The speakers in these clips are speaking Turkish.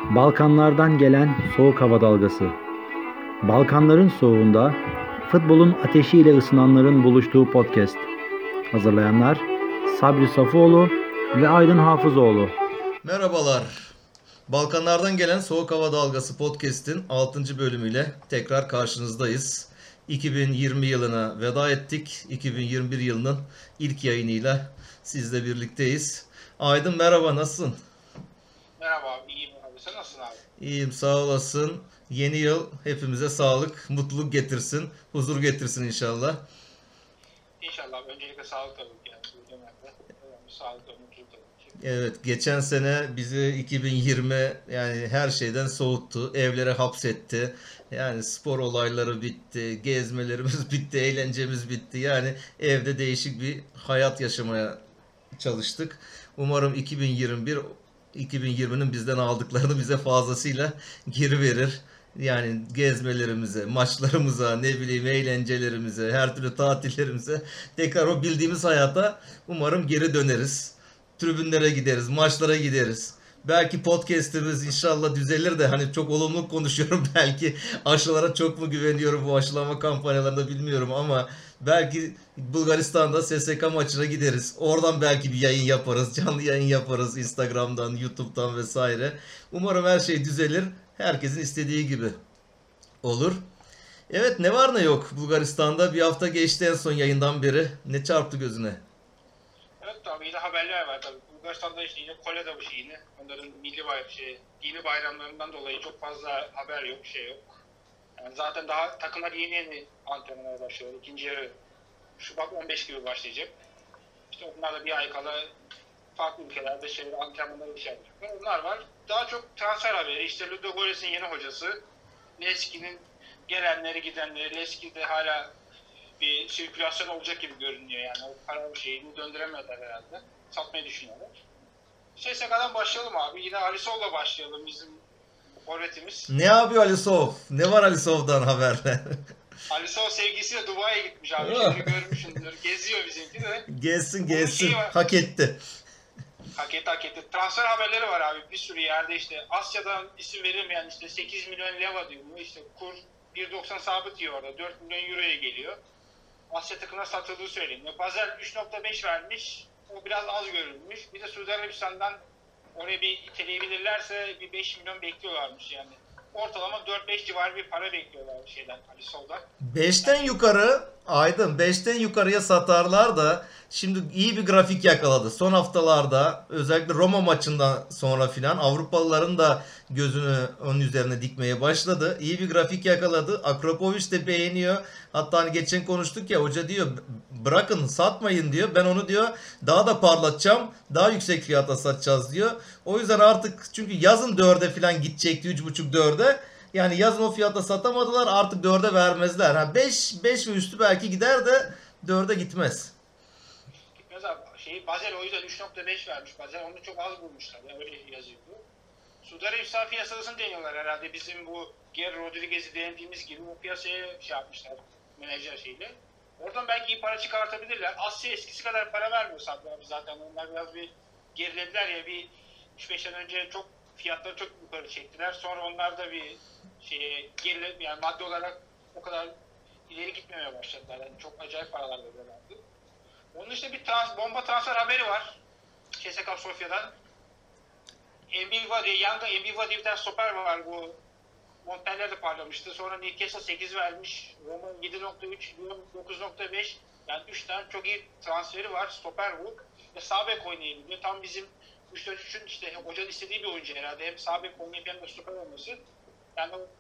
Balkanlardan gelen soğuk hava dalgası. Balkanların soğuğunda futbolun ateşiyle ısınanların buluştuğu podcast. Hazırlayanlar Sabri Safoğlu ve Aydın Hafızoğlu. Merhabalar. Balkanlardan gelen Soğuk Hava Dalgası podcast'in 6. bölümüyle tekrar karşınızdayız. 2020 yılına veda ettik. 2021 yılının ilk yayınıyla sizle birlikteyiz. Aydın merhaba, nasılsın? Merhaba abi, iyiyim abi. Sen nasılsın abi? İyiyim, sağ olasın. Yeni yıl hepimize sağlık, mutluluk getirsin, huzur getirsin inşallah. İnşallah. Öncelikle sağlık tabii ki. Yani bu dönemde önemli sağlık ve mutluluk tabii ki. Evet, geçen sene bizi 2020 yani her şeyden soğuttu. Evlere hapsetti. Yani spor olayları bitti, gezmelerimiz bitti, eğlencemiz bitti. Yani evde değişik bir hayat yaşamaya çalıştık. Umarım 2020'nin bizden aldıklarını bize fazlasıyla geri verir. Yani gezmelerimize, maçlarımıza, ne bileyim eğlencelerimize, her türlü tatillerimize tekrar o bildiğimiz hayata umarım geri döneriz. Tribünlere gideriz, maçlara gideriz. Belki podcast'imiz inşallah düzelir de hani çok olumlu konuşuyorum belki aşılara çok mu güveniyorum bu aşılama kampanyalarında bilmiyorum ama belki Bulgaristan'da SSK maçına gideriz. Oradan belki bir yayın yaparız, canlı yayın yaparız Instagram'dan, YouTube'dan vesaire. Umarım her şey düzelir. Herkesin istediği gibi olur. Evet, ne var ne yok Bulgaristan'da bir hafta geçti en son yayından beri. Ne çarptı gözüne? Evet tabii yine haberler var tabii. Bulgaristan'da işte yine Kole'de bu şey yine. Onların dini bayramlarından dolayı çok fazla haber yok, şey yok. Yani zaten daha takımlar yeni antrenmana başlıyor. İkinci yarı Şubat 15 gibi başlayacak. İşte onlar da bir ay kala farklı ülkelerde antrenmanlara işaretliyorlar. Onlar var. Daha çok transfer haberi. İşte Ludogorets'in yeni hocası. Leski'nin gelenleri gidenleri. Leski'de hala bir sirkülasyon olacak gibi görünüyor yani. O para şeyini döndüremediler herhalde. Satmayı düşünüyorlar. CSK'dan başlayalım abi. Yine Alisov'la başlayalım bizim forvetimiz. Ne yapıyor Alisov? Ne var Alisov'dan haberler? Alisov sevgisiyle Dubai'ye gitmiş abi. Şimdi görmüşsündür. Geziyor bizimki de. Gelsin Bunun gelsin. şeyi var. Hak etti. Hak etti. Transfer haberleri var abi. Bir sürü yerde işte Asya'dan isim verilmeyen işte 8 milyon leva diyor bu. İşte kur 1.90 sabit diyor orada. 4 milyon euroya geliyor. Asya takımına satıldığı söyleniyor. Basel 3.5 vermiş. O biraz az görülmüş. Bir de Suudi Arabistan'dan oraya bir iteleyebilirlerse bir 5 milyon bekliyorlarmış yani. Ortalama 4-5 civarı bir para bekliyorlar şeyden Ali Sol'dan. 5'ten yukarı Aydın 5'ten yukarıya satarlar da şimdi iyi bir grafik yakaladı. Son haftalarda özellikle Roma maçından sonra filan Avrupalıların da gözünü onun üzerine dikmeye başladı. İyi bir grafik yakaladı. Akropovic de beğeniyor. Hatta hani geçen konuştuk ya hoca diyor bırakın satmayın diyor. Ben onu diyor daha da parlatacağım. Daha yüksek fiyata satacağız diyor. O yüzden artık çünkü yazın 4'e filan gidecekti 3,5-4'e. Yani yazın o fiyata satamadılar artık 4'e vermezler. Ha 5 ve üstü belki gider de 4'e gitmez. Gitmez abi. Basel o yüzden 3.5 vermiş. Basel onu çok az bulmuşlar. Yani öyle yazıyordu. Suudi Arabistan piyasasını deniyorlar herhalde. Bizim bu Ger Rodriguez'i denediğimiz gibi o piyasaya şey yapmışlar. Menajer şeyle. Oradan belki iyi para çıkartabilirler. Asya eskisi kadar para vermiyor Sabri abi zaten. Onlar biraz bir gerilediler ya bir 3-5 sene önce çok fiyatları çok yukarı çektiler. Sonra onlar da bir geriledi yani maddi olarak o kadar ileri gitmemeye başladılar. Yani çok acayip paralar veriyorlardı. Onun işte bir bomba transfer haberi var. CSKA Sofya'dan. Enbiva diye yanında Enbiva diye bir tane stoper var bu Montpellier'de parlamıştı. Sonra Newcastle 8 vermiş. Roma 7.3, Lyon 9.5. Yani 3 tane çok iyi transferi var. Stoper bu. Ve sağ bek oynayabiliyor. Tam bizim 3-4-3'ün işte hocanın istediği bir oyuncu herhalde. Hem sağ bek oynayıp hem de stoper olması. Yani o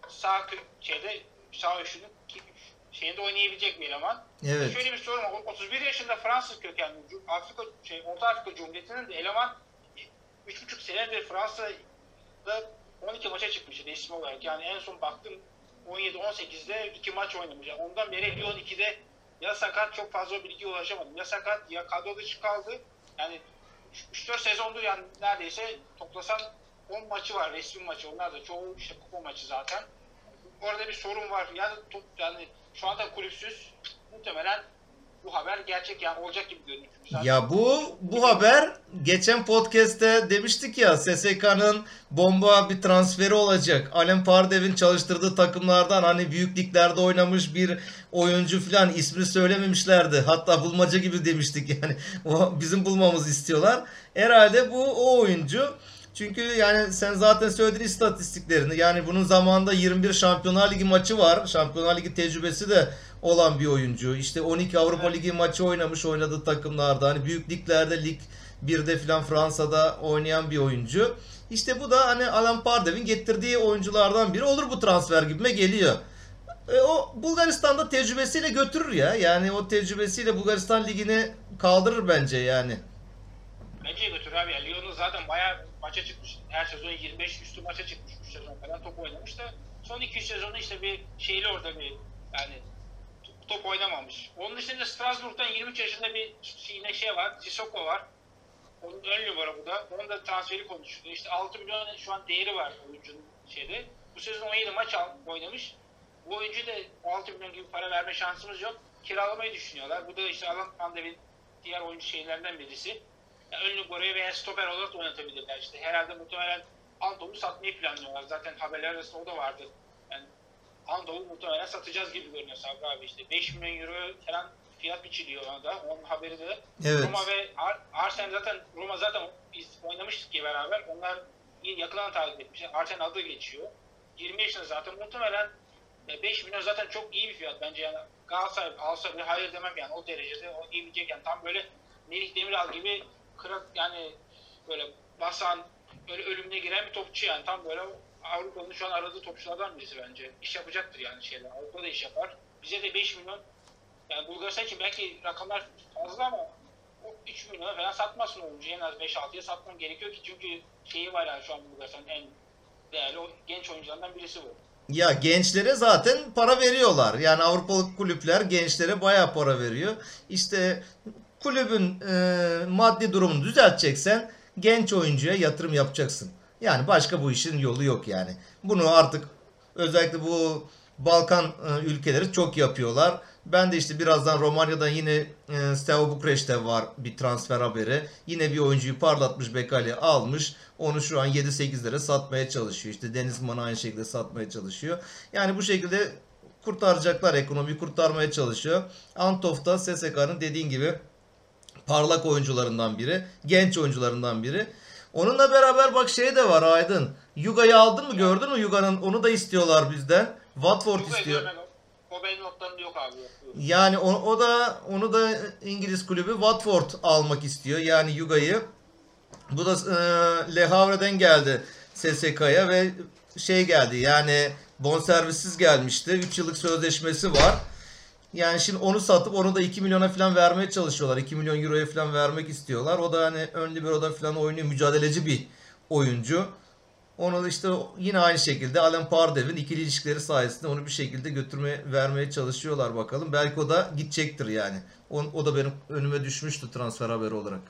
sağ üçünün şeyinde oynayabilecek bir eleman. Evet. Şöyle bir sorun var. 31 yaşında Fransız kökenli Orta Afrika Cumhuriyeti'nin de eleman 3,5 senedir Fransa'da 12 maça çıkmış resmi olarak. Yani en son baktım 17-18'de 2 maç oynamış. Yani ondan beri Lyon 2'de ya sakat çok fazla bilgiye ulaşamadım. Ya sakat ya kadro dışı kaldı. Yani 3-4 sezondur yani neredeyse toplasan 10 maçı var resmi maçı. Onlar da çoğu işte kupa maçı zaten. Orada bir sorun var. Yani şu anda kulüpsüz. Muhtemelen bu haber gerçek yani olacak gibi görünüyor. Zaten Ya bu haber geçen podcast'te demiştik ya, SSK'nın bomba bir transferi olacak. Alem Pardev'in çalıştırdığı takımlardan hani büyük liglerde oynamış bir oyuncu falan, ismini söylememişlerdi. Hatta bulmaca gibi demiştik yani. O bizim bulmamızı istiyorlar. Herhalde bu o oyuncu. Çünkü yani sen zaten söyledin istatistiklerini. Yani bunun zamanında 21 Şampiyonlar Ligi maçı var. Şampiyonlar Ligi tecrübesi de olan bir oyuncu. İşte 12 Avrupa Ligi maçı oynamış oynadığı takımlarda. Hani büyük liglerde, Lig 1'de falan Fransa'da oynayan bir oyuncu. İşte bu da hani Alan Pardev'in getirdiği oyunculardan biri olur bu transfer gibime geliyor. O Bulgaristan'da tecrübesiyle götürür ya. Yani o tecrübesiyle Bulgaristan ligini kaldırır bence yani. bence götür abi. Yani Lyon'un zaten bayağı maça çıkmış. Her sezon 25 üstü maça çıkmış. 3 sezon falan top oynamış da son 2 sezonu işte bir şeyli orada bir yani top oynamamış. Onun dışında Strasbourg'dan 23 yaşında bir yine şey var. Sissoko var. Onun ön numara bu da. Onun da transferi konuşuluyor. İşte 6 milyon şu an değeri var oyuncunun şeyde. Bu sezon 17 maç oynamış. Bu oyuncu da 6 milyon gibi para verme şansımız yok. Kiralamayı düşünüyorlar. Bu da işte Alan Pandev'in diğer oyuncu şeylerden birisi. Yani ön numaraya veya stoper olarak da oynatabilirler. İşte herhalde muhtemelen Anadolu'yu satmayı planlıyorlar. Zaten haberler arasında o da vardı. Yani Anadolu muhtemelen satacağız gibi görünüyor Sabri abi. İşte 5 milyon euro falan fiyat biçiliyor ona da. Onun haberi de. Evet. Roma ve Arsenal zaten Roma zaten biz oynamıştık ki beraber. Onlar yakından takip etmişler. Arsenal adı geçiyor. 20 yaşında zaten muhtemelen 5 milyon zaten çok iyi bir fiyat bence yani. Galatasaray alsa bile hayır demem yani o derecede o diyebilecek yani tam böyle Melih Demiral gibi kırak yani böyle basan böyle ölümüne giren bir topçu yani tam böyle Avrupa'nın şu an aradığı topçulardan birisi bence. İş yapacaktır yani şeyler. Avrupa'da iş yapar. Bize de 5 milyon yani Bulgaristan için belki rakamlar fazla ama o 3 milyona falan satmasın oyuncu. En az 5-6'ya satman gerekiyor ki çünkü şeyi var yani şu an Bulgaristan'ın en değerli o genç oyuncularından birisi bu. Ya gençlere zaten para veriyorlar. Yani Avrupalı kulüpler gençlere bayağı para veriyor. İşte kulübün maddi durumunu düzelteceksen genç oyuncuya yatırım yapacaksın. Yani başka bu işin yolu yok yani. Bunu artık özellikle bu Balkan ülkeleri çok yapıyorlar. Ben de işte birazdan Romanya'dan yine Steaua Bukarest'te var bir transfer haberi. Yine bir oyuncuyu parlatmış, Bekali almış. Onu şu an 7-8 lira satmaya çalışıyor. İşte Denizman aynı şekilde satmaya çalışıyor. Yani bu şekilde kurtaracaklar, ekonomiyi kurtarmaya çalışıyor. Antov da SSK'nın dediğin gibi parlak oyuncularından biri. Genç oyuncularından biri. Onunla beraber bak şey de var Aydın. Yuga'yı aldın mı, gördün mü Yuga'nın? Onu da istiyorlar bizden. Watford Yok, istiyor. o benim notlarımda yok abi. Yok. Yani o da onu da İngiliz kulübü Watford almak istiyor. Yani Yuga'yı. Bu da Le Havre'den geldi SSK'ya ve şey geldi. Yani bonservissiz gelmişti. 3 yıllık sözleşmesi var. Yani şimdi onu satıp onu da 2 milyona falan vermeye çalışıyorlar. 2 milyon euroya falan vermek istiyorlar. O da hani ön libero'da falan oynuyor. Mücadeleci bir oyuncu. Onu da işte yine aynı şekilde Alan Pardev'in ikili ilişkileri sayesinde onu bir şekilde vermeye çalışıyorlar bakalım. Belki o da gidecektir yani. O da benim önüme düşmüştü transfer haberi olarak.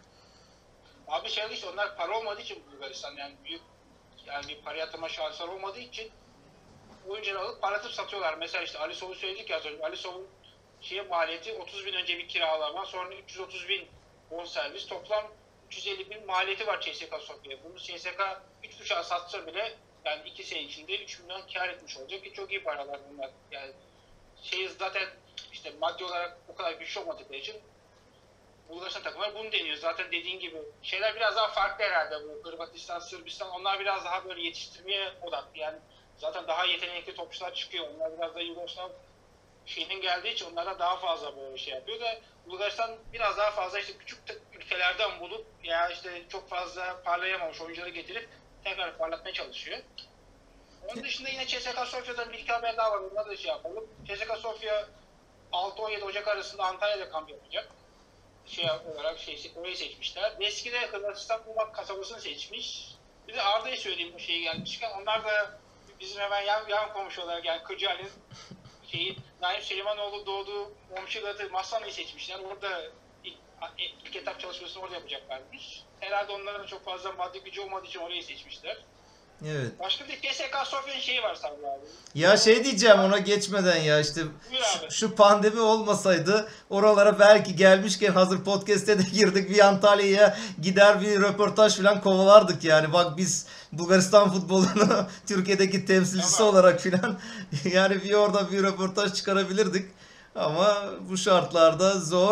Abi şey işte onlar para olmadığı için Bulgaristan yani büyük yani bir para yatırma şansları olmadığı için oyuncuları alıp parlatıp satıyorlar. Mesela işte Ali Sov'u söyledik ya az önce. Ali Sov'un maliyeti 30 bin önce bir kiralama sonra 330 bin bonservis toplam 350 bin maliyeti var CSKA Sofya'ya. Bunu CSKA 3.5'a satsa bile yani 2 sene içinde 3 milyon kar etmiş olacak ki çok iyi paralar bunlar. Yani zaten işte maddi olarak o kadar güçlü olmadıkları için Bulgaristan takımları bunu deniyor. Zaten dediğin gibi şeyler biraz daha farklı herhalde bu Hırvatistan, Sırbistan onlar biraz daha böyle yetiştirmeye odaklı. Yani zaten daha yetenekli topçular çıkıyor. Onlar biraz da Yugoslav şeyinin geldiği için onlara daha fazla böyle şey yapıyor da Bulgaristan biraz daha fazla işte küçük ülkelerden bulup ya işte çok fazla parlayamamış oyuncuları getirip tekrar parlatmaya çalışıyor. Onun dışında yine CSKA Sofya'dan bir iki haber daha var. Onları da şey yapalım. CSKA Sofya 6-17 Ocak arasında Antalya'da kamp yapacak. Orayı seçmişler. Eskide Hırvatistan Bulmak kasabasını seçmiş. Bir de Arda'yı söyleyeyim bu şeye gelmişken. Onlar da bizim hemen yan komşu olarak yani Kırcaali'nin Naim Süleymanoğlu doğduğu Momşilat'ı Maslana'yı seçmişler. Orada ilk etap çalışmasını orada yapacaklarmış. Herhalde onların çok fazla maddi gücü olmadığı için orayı seçmişler. Evet. Başka bir CSKA Sofya'nın şeyi var Sabri abi. Ya şey diyeceğim ona geçmeden ya işte Buyur abi. şu pandemi olmasaydı oralara belki gelmişken hazır podcast'e de girdik bir Antalya'ya gider bir röportaj falan kovalardık yani. Bak biz Bulgaristan futbolunu Türkiye'deki temsilcisi Tamam. olarak falan yani bir orada bir röportaj çıkarabilirdik. Ama bu şartlarda zor.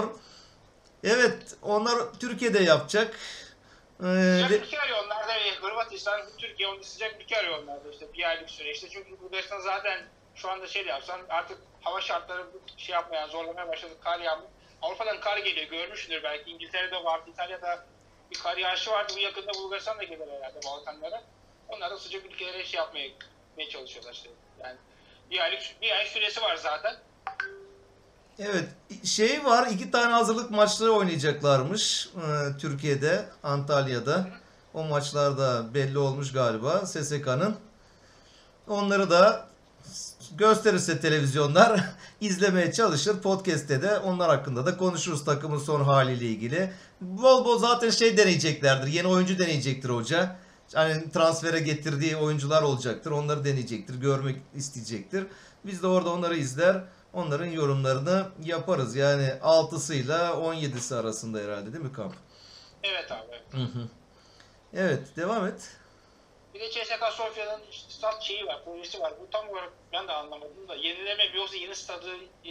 Evet onlar Türkiye'de yapacak. Sıcak Ve ülke arıyor onlar da Hırvatistan, Türkiye onu sıcak ülke arıyor onlar da işte bir aylık süreçte. Çünkü Bulgaristan zaten şu anda şey de yapsan artık hava şartları şey yapmaya zorlamaya başladı. Kar yağmur. Avrupa'dan kar geliyor görmüşsündür belki. İngiltere'de vardı, İtalya'da bir kar yağışı vardı. Bu yakında Bulgaristan da gelir herhalde Balkanlara. Onlar da sıcak ülkelere şey yapmaya çalışıyorlar işte. Yani bir ay süresi var zaten. evet şey var iki tane hazırlık maçları oynayacaklarmış Türkiye'de Antalya'da. O maçlar da belli olmuş galiba SSK'nın. Onları da gösterirse televizyonlar izlemeye çalışır. Podcast'te de onlar hakkında da konuşuruz takımın son haliyle ilgili. Bol bol zaten şey deneyeceklerdir. Yeni oyuncu deneyecektir hoca. Hani transfere getirdiği oyuncular olacaktır. Onları deneyecektir. Görmek isteyecektir. Biz de orada onları izler. Onların yorumlarını yaparız. Yani 6'sıyla 17'si arasında herhalde değil mi kamp? Evet abi. Evet. Hı hı. Evet devam et. Bir de CSKA Sofya'nın stat şeyi var, projesi var. Bu tam olarak ben de anlamadım da yenileme mi yoksa yeni stadı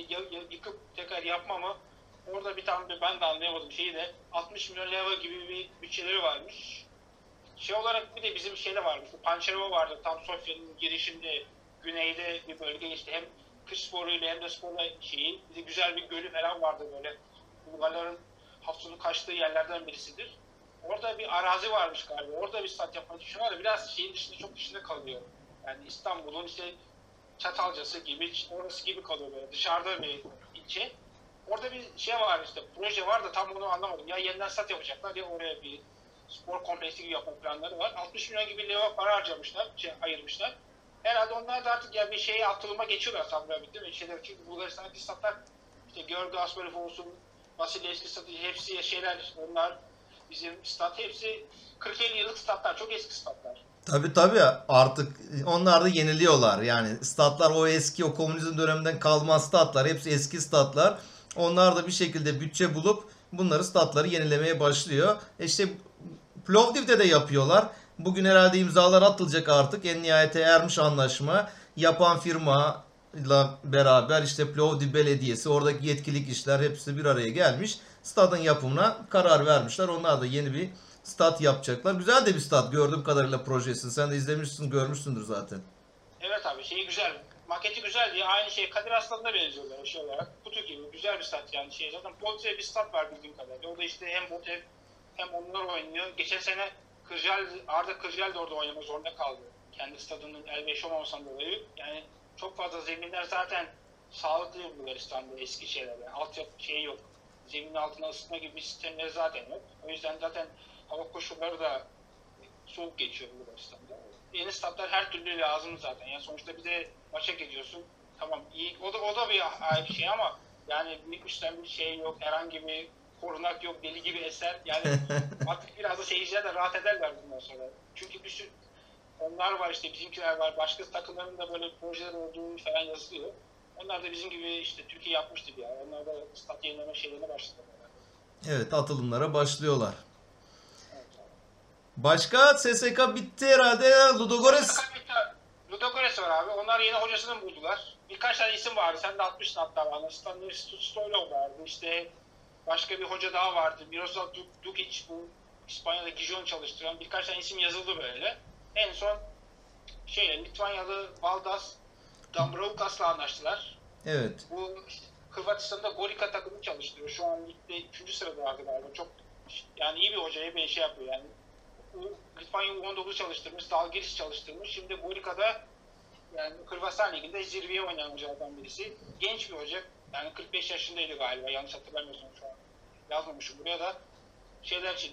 yıkıp tekrar yapma mı? Orada bir tam ben de anlayamadım şeyi de 60 milyon euro gibi bir bütçeleri varmış. Şey olarak bir de bizim şeyde varmış. Pançerova vardı tam Sofya'nın girişinde güneyde bir bölge işte hem kış sporuyla hem de sporla şeyi bir de güzel bir gölü falan vardı böyle. Bulgarların haftanın kaçtığı yerlerden birisidir. Orada bir arazi varmış galiba. Orada bir stat yapmayı düşünüyorlar da biraz şeyin dışında çok dışında kalıyor. Yani İstanbul'un işte Çatalcası gibi, orası gibi kalıyor böyle. Dışarıda bir ilçe. Orada bir şey var işte, proje var da tam onu anlamadım. Ya yeniden stat yapacaklar ya oraya bir spor kompleksi gibi yapma planları var. 60 milyon gibi lira para harcamışlar, ayırmışlar. Herhalde onlar da artık ya bir şeye atılıma geçiyorlar sanırım değil mi? Çünkü Bulgaristan'daki statlar işte Georgi Asparov olsun, Vasilevski stadı hepsi şeyler onlar bizim stat hepsi 40-50 yıllık statlar. Çok eski statlar. Tabii artık onlar da yeniliyorlar. Yani statlar o eski o komünizm döneminden kalma statlar. Hepsi eski statlar. Onlar da bir şekilde bütçe bulup bunları statları yenilemeye başlıyor. İşte Plovdiv'de de yapıyorlar. Bugün herhalde imzalar atılacak artık. En nihayete ermiş anlaşma. Yapan firmayla beraber işte Plovdiv Belediyesi, oradaki yetkili kişiler hepsi bir araya gelmiş. Stadın yapımına karar vermişler. Onlar da yeni bir stat yapacaklar. Güzel de bir stat gördüğüm kadarıyla projesini. Sen de izlemişsin, görmüşsündür zaten. Evet abi şeyi güzel. Maketi güzel diye aynı şey Kadir Aslan'da benziyorlar şey olarak. Kutu gibi güzel bir stat yani şey. Zaten Polta'ya bir stat var bildiğim kadarıyla. O da işte hem Botev hem onlar oynuyor. Geçen sene Arda Kırcal de orada oynamak zorunda kaldı. Kendi stadının elverişli olmamasından dolayı. Yani çok fazla zeminler zaten sağlıklı Bulgaristan'da eski şeyler. Yani altyapı şeyi yok. Zeminin altına ısıtma gibi bir sistemleri zaten yok. O yüzden zaten hava koşulları da soğuk geçiyor Bulgaristan'da. Yeni statlar her türlü lazım zaten. Yani sonuçta bir de maça gidiyorsun. Tamam iyi. O da bir ayrı şey ama yani bir üstten bir şey yok. Herhangi bir korunak yok. Deli gibi eser. Yani artık biraz da seyirciler de rahat ederler bundan sonra. Çünkü bir sürü onlar var işte bizimkiler var. Başka takımların da böyle projeler olduğu falan yazılıyor. Onlar da bizim gibi işte Türkiye yapmıştı bir ara. Onlar da stat yenileme şeylerine başladılar. Evet, atılımlara başlıyorlar. Evet, Başka SSK bitti herhalde. Ludogorets. Ludogorets var abi. Onlar yeni hocasını buldular. Birkaç tane isim vardı. Sen de atmıştın hatta bana. Stanley Stoylov vardı. İşte başka bir hoca daha vardı. Miroslav Dukic bu İspanya'da Gijon çalıştıran birkaç tane isim yazıldı böyle. En son Litvanyalı Valdas Dombrovkas'la anlaştılar. Evet. Bu Hırvatistan'da Gorica takımı çalıştırıyor. Şu an ligde 3. sırada vardı galiba. Çok yani iyi bir hocaya bir şey yapıyor yani. Litvanya U19 çalıştırmış, Zalgiris çalıştırmış. Şimdi Gorica'da yani Hırvatistan Ligi'nde zirveye oynayan hocalardan birisi. Genç bir hoca. Yani 45 yaşındaydı galiba. Yanlış hatırlamıyorsam şu an. Yazmamışım buraya da. Şeyler için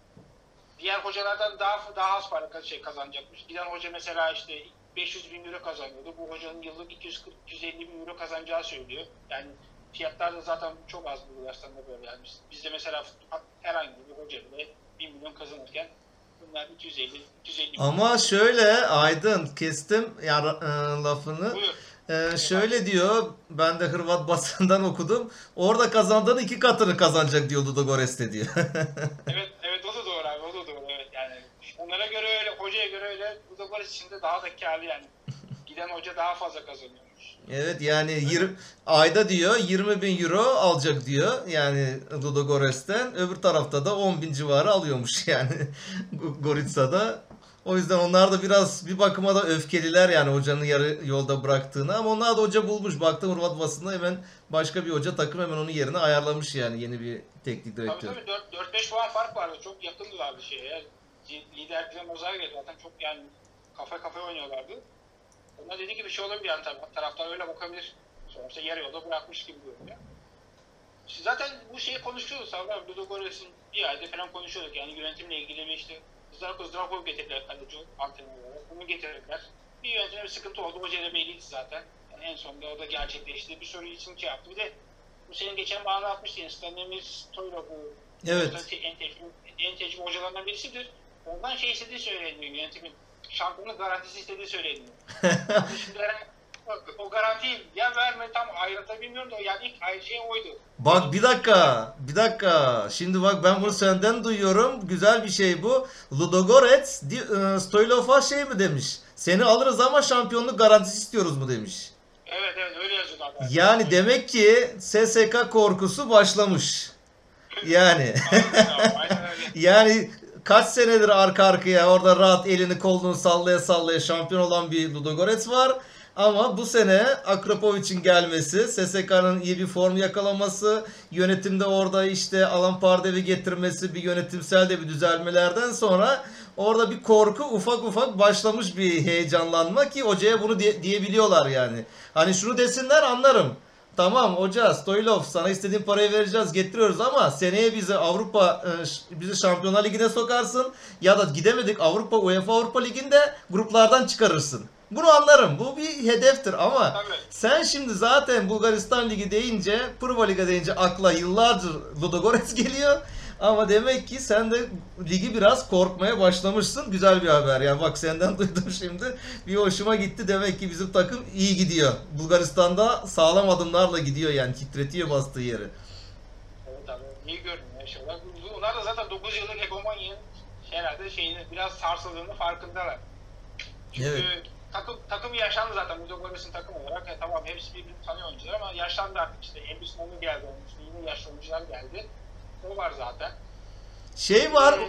diğer hocalardan daha az para kazanacakmış. Giden hoca mesela işte 500 bin euro kazanıyordu. Bu hocanın yıllık 240-250 bin euro kazanacağı söylüyor. Yani fiyatlar da zaten çok az Bulgaristan'da böyle. Yani bizde mesela herhangi bir hoca bile 1 milyon kazanırken Bunlar 250, 250. Ama şöyle Aydın kestim ya lafını. Buyur. Şöyle diyor, ben de Hırvat basından okudum. Orada kazandığın 2 katını kazanacak diyor Ludogorets'te diyor. Evet, evet o da doğru abi, o da doğru. Evet yani onlara göre öyle, hocaya göre öyle. Bu da Barış için de daha da kârlı yani. Giden hoca daha fazla kazanıyormuş. Evet yani ayda diyor 20.000 euro alacak diyor yani Ludogorets'ten. Öbür tarafta da 10.000 civarı alıyormuş yani Goritsa'da. O yüzden onlar da biraz bir bakıma da öfkeliler yani hocanın yarı yolda bıraktığını. Ama onlar da hoca bulmuş. Baktım Hırvat basında hemen başka bir hoca takım hemen onun yerine ayarlamış yani yeni bir teknik Tabii direktör. tabii 4-5 puan fark vardı. Çok yakındılardı şeye ya. Lider Dinamo geldi zaten çok yani kafa kafaya oynuyorlardı. Onlar dedi ki bir şey olabilir yani tabii. Taraftar öyle bakabilir. Sonuçta yarı yolda bırakmış gibi görünüyor. Zaten bu şeyi konuşuyoruz abi. Ludogorets'in bir ayda falan konuşuyorduk. Yani yönetimle ilgili bir işte Zdravkov getirdiler kaleci antrenör olarak. Bunu getirdiler. Bir yönetimde bir sıkıntı oldu. Hoca belliydi zaten. Yani en sonunda o da gerçekleşti. Bir soru için şey yaptı. Bir de bu senin geçen bana anlatmıştın. Stanimir Stoylov bu Evet. en tecrübeli hocalarından birisidir. Ondan şey istediği söyleniyor yönetimin. Şampiyonluk garantisi istediği söyleniyor. Şimdi o garantiyi ya verme tam ayrıntı bilmiyorum da yani ilk ayrı şey oydu. Bak bir dakika. Şimdi bak ben bunu senden duyuyorum. Güzel bir şey bu. Ludogorets Stoylov'a şey mi demiş? Seni alırız ama şampiyonluk garantisi istiyoruz mu demiş. Evet evet öyle yazıyordu haber. Yani demek ki SSK korkusu başlamış. Yani Aynen öyle. yani kaç senedir arka arkaya orada rahat elini kolunu sallaya sallaya şampiyon olan bir Ludogorets var. Ama bu sene Akrapovic'in gelmesi, SSK'nın iyi bir form yakalaması, yönetimde orada işte Alan Pardev'i getirmesi, bir yönetimsel de bir düzelmelerden sonra orada bir korku ufak ufak başlamış bir heyecanlanma ki hocaya bunu diyebiliyorlar yani. Hani şunu desinler anlarım. Tamam hoca Stoylov sana istediğin parayı vereceğiz getiriyoruz ama seneye bizi bizi Şampiyonlar Ligi'ne sokarsın ya da gidemedik UEFA Avrupa Ligi'nde gruplardan çıkarırsın. Bunu anlarım. Bu bir hedeftir ama Tabii. sen şimdi zaten Bulgaristan Ligi deyince, Prva Liga deyince akla yıllardır Ludogorets geliyor. Ama demek ki sen de ligi biraz korkmaya başlamışsın. Güzel bir haber. Yani bak senden duydum şimdi. Bir hoşuma gitti. Demek ki bizim takım iyi gidiyor. Bulgaristan'da sağlam adımlarla gidiyor yani. Titretiyor bastığı yeri. Evet abi iyi görünüyor inşallah. Bunlar da zaten 9 yıllık hegemonyanın herhalde şeyini biraz sarsıldığını farkındalar. Çünkü Evet. takım yaşlandı zaten. Ludogorets'in takım olarak. Tamam hepsi birbirini tanıyor oyuncular ama yaşlandı artık işte. Endüstri geldi olmuştu. Yine yaşlı oyuncular geldi. O var zaten. Şey var,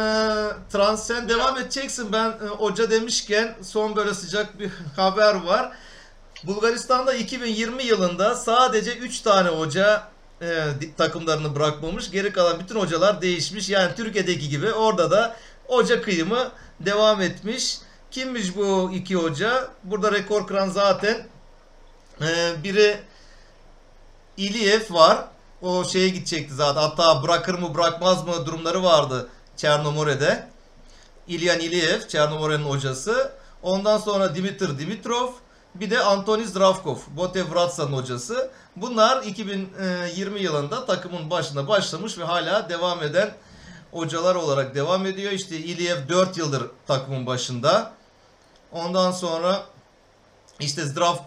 sen devam edeceksin. Ben hoca demişken son böyle sıcak bir haber var. Bulgaristan'da 2020 yılında sadece 3 tane hoca takımlarını bırakmamış. Geri kalan bütün hocalar değişmiş. Yani Türkiye'deki gibi orada da hoca kıyımı devam etmiş. Kimmiş bu 2 hoca? Burada rekor kıran zaten biri İliyev var. O şeye gidecekti zaten. Hatta bırakır mı bırakmaz mı durumları vardı Çernomore'de. İlyan İliyev, Çernomore'nin hocası. Ondan sonra Dimitr Dimitrov. Bir de Antoni Zdravkov, Botev Vratsa'nın hocası. Bunlar 2020 yılında takımın başına başlamış ve hala devam eden hocalar olarak devam ediyor. İşte İliyev 4 yıldır takımın başında. Ondan sonra işte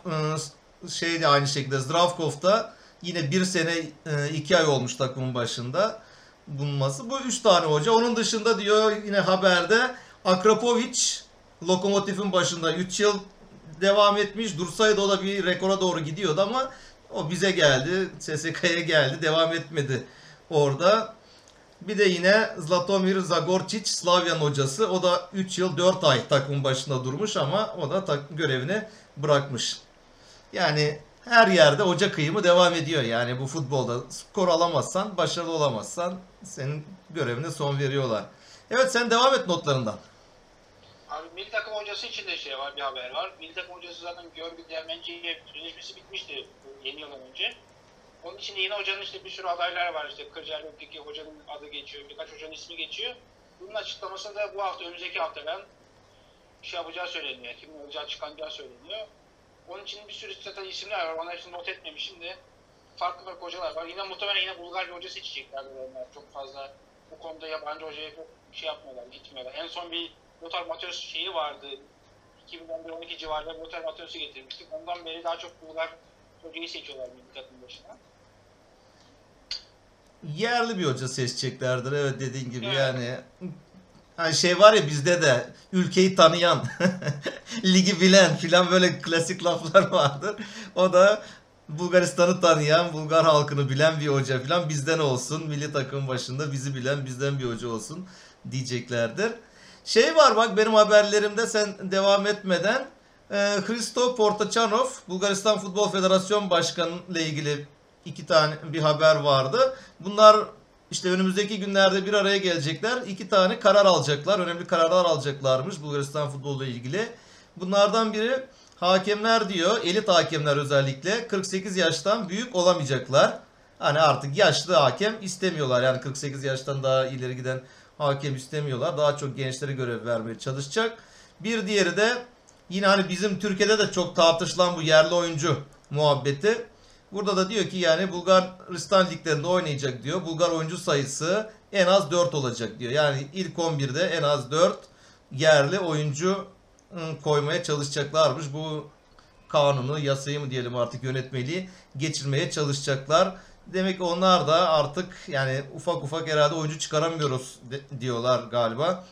şey de aynı şekilde Zdravkov da yine 1 sene 2 ay olmuş takımın başında bulunması. Bu 3 tane hoca. Onun dışında diyor yine haberde Akrapovic Lokomotiv'in başında 3 yıl devam etmiş. Dursaydı o da bir rekora doğru gidiyordu ama o bize geldi. SSK'ya geldi. Devam etmedi orada. Bir de yine Zlatomir Zagorčić Slavyan hocası. O da 3 yıl 4 ay takımın başında durmuş ama o da görevini bırakmış. Yani her yerde hoca kıyımı devam ediyor. Yani bu futbolda skor alamazsan, başarılı olamazsan senin görevine son veriyorlar. Evet sen devam et notlarından. Abi milli takım hocası için de şey var, bir haber var. Milli takım hocası zaten Görgü Dermenci'ye sözleşmesi bitmişti yeni yıldan önce. Onun için de yine hocanın işte bir sürü adaylar var. İşte Kırcaali'deki hocanın adı geçiyor, birkaç hocanın ismi geçiyor. Bunun açıklaması da bu hafta, önümüzdeki hafta ben şey yapacağı söyleniyor. Kimin olacağı çıkanacağı söyleniyor. Onun için bir sürü zaten isimler var. Onları hepsini not etmemişim de. Farklı farklı hocalar var. Yine muhtemelen yine Bulgar bir hoca seçecekler onlar. Çok fazla bu konuda yabancı hocaya şey yapmıyorlar, gitmiyorlar. En son bir Lothar Matthäus şeyi vardı. 2011-12 civarında Lothar Matthäus'u getirmiştik. Ondan beri daha çok Bulgar hocayı seçiyorlar milli takım başına. Yerli bir hoca seçeceklerdir, evet, dediğin gibi. Evet. Yani hani şey var ya, bizde de ülkeyi tanıyan, ligi bilen filan, böyle klasik laflar vardır. O da Bulgaristan'ı tanıyan, Bulgar halkını bilen bir hoca filan bizden olsun. Milli takım başında bizi bilen bizden bir hoca olsun diyeceklerdir. Şey var bak, benim haberlerimde sen devam etmeden, Hristo Portachanov, Bulgaristan Futbol Federasyon Başkanı ile ilgili iki tane bir haber vardı. Bunlar işte önümüzdeki günlerde bir araya gelecekler. İki tane karar alacaklar. Önemli kararlar alacaklarmış Bulgaristan futbolu ile ilgili. Bunlardan biri, hakemler diyor, elit hakemler özellikle 48 yaştan büyük olamayacaklar. Hani artık yaşlı hakem istemiyorlar. Yani 48 yaştan daha ileri giden hakem istemiyorlar. Daha çok gençlere görev vermeye çalışacak. Bir diğeri de yine hani bizim Türkiye'de de çok tartışılan bu yerli oyuncu muhabbeti. Burada da diyor ki yani Bulgaristan liglerinde oynayacak diyor. Bulgar oyuncu sayısı en az 4 olacak diyor. Yani ilk 11'de en az 4 yerli oyuncu koymaya çalışacaklarmış. Bu kanunu, yasayı mı diyelim artık, yönetmeliği geçirmeye çalışacaklar. Demek ki onlar da artık yani ufak ufak herhalde oyuncu çıkaramıyoruz diyorlar galiba.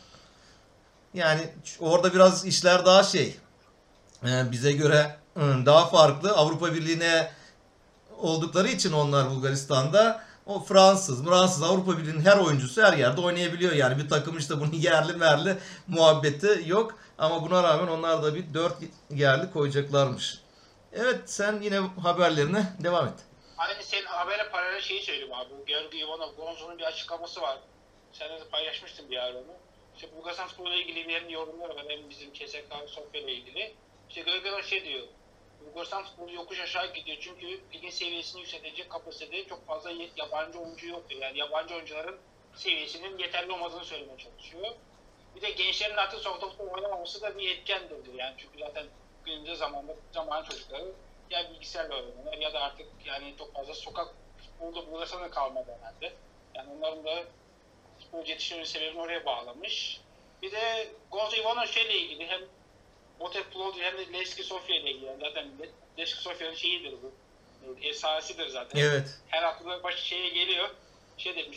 Yani orada biraz işler daha şey, bize göre daha farklı. Avrupa Birliği'ne oldukları için onlar Bulgaristan'da, o Fransız Avrupa Birliği'nin her oyuncusu her yerde oynayabiliyor. Yani bir takım işte bunun yerli merli muhabbeti yok. Ama buna rağmen onlar da bir 4 yerli koyacaklarmış. Evet, sen yine haberlerine devam et. Aynı senin habere paralel şeyi söyleyeyim abi. Bu Georgi Ivanov, Gonzo'nun bir açıklaması var. Seninle de paylaşmıştım bir ara onu. İşte Bulgaristan futboluyla ilgili hem yorumları var hem bizim KSK Sofya ile ilgili. İşte Georgi Ivanov şey diyor. Bulgaristan futbolu yokuş aşağı gidiyor çünkü ligin seviyesini yükseltecek kapasitede çok fazla yabancı oyuncu yok diyor. Yani yabancı oyuncuların seviyesinin yeterli olmadığını söylemeye çalışıyor. Bir de gençlerin artık sokakta oynamaması da bir etkendir diyor. Yani çünkü zaten günümüzde zaman çocukları ya bilgisayarla oynuyorlar ya da artık yani çok fazla sokak futbolda Bulgaristan'da kalmadı herhalde. Yani onların da futbolcu yetiştirme sebebini oraya bağlamış. Bir de Gonzo Ivanov şeyle ilgili hem Botev Plodri hem de Levski Sofya ile ilgili. Yani zaten Levski Sofya'nın şeyidir bu. Efsanesidir zaten. Evet. Her aklına başı şeye geliyor. Şey demiş,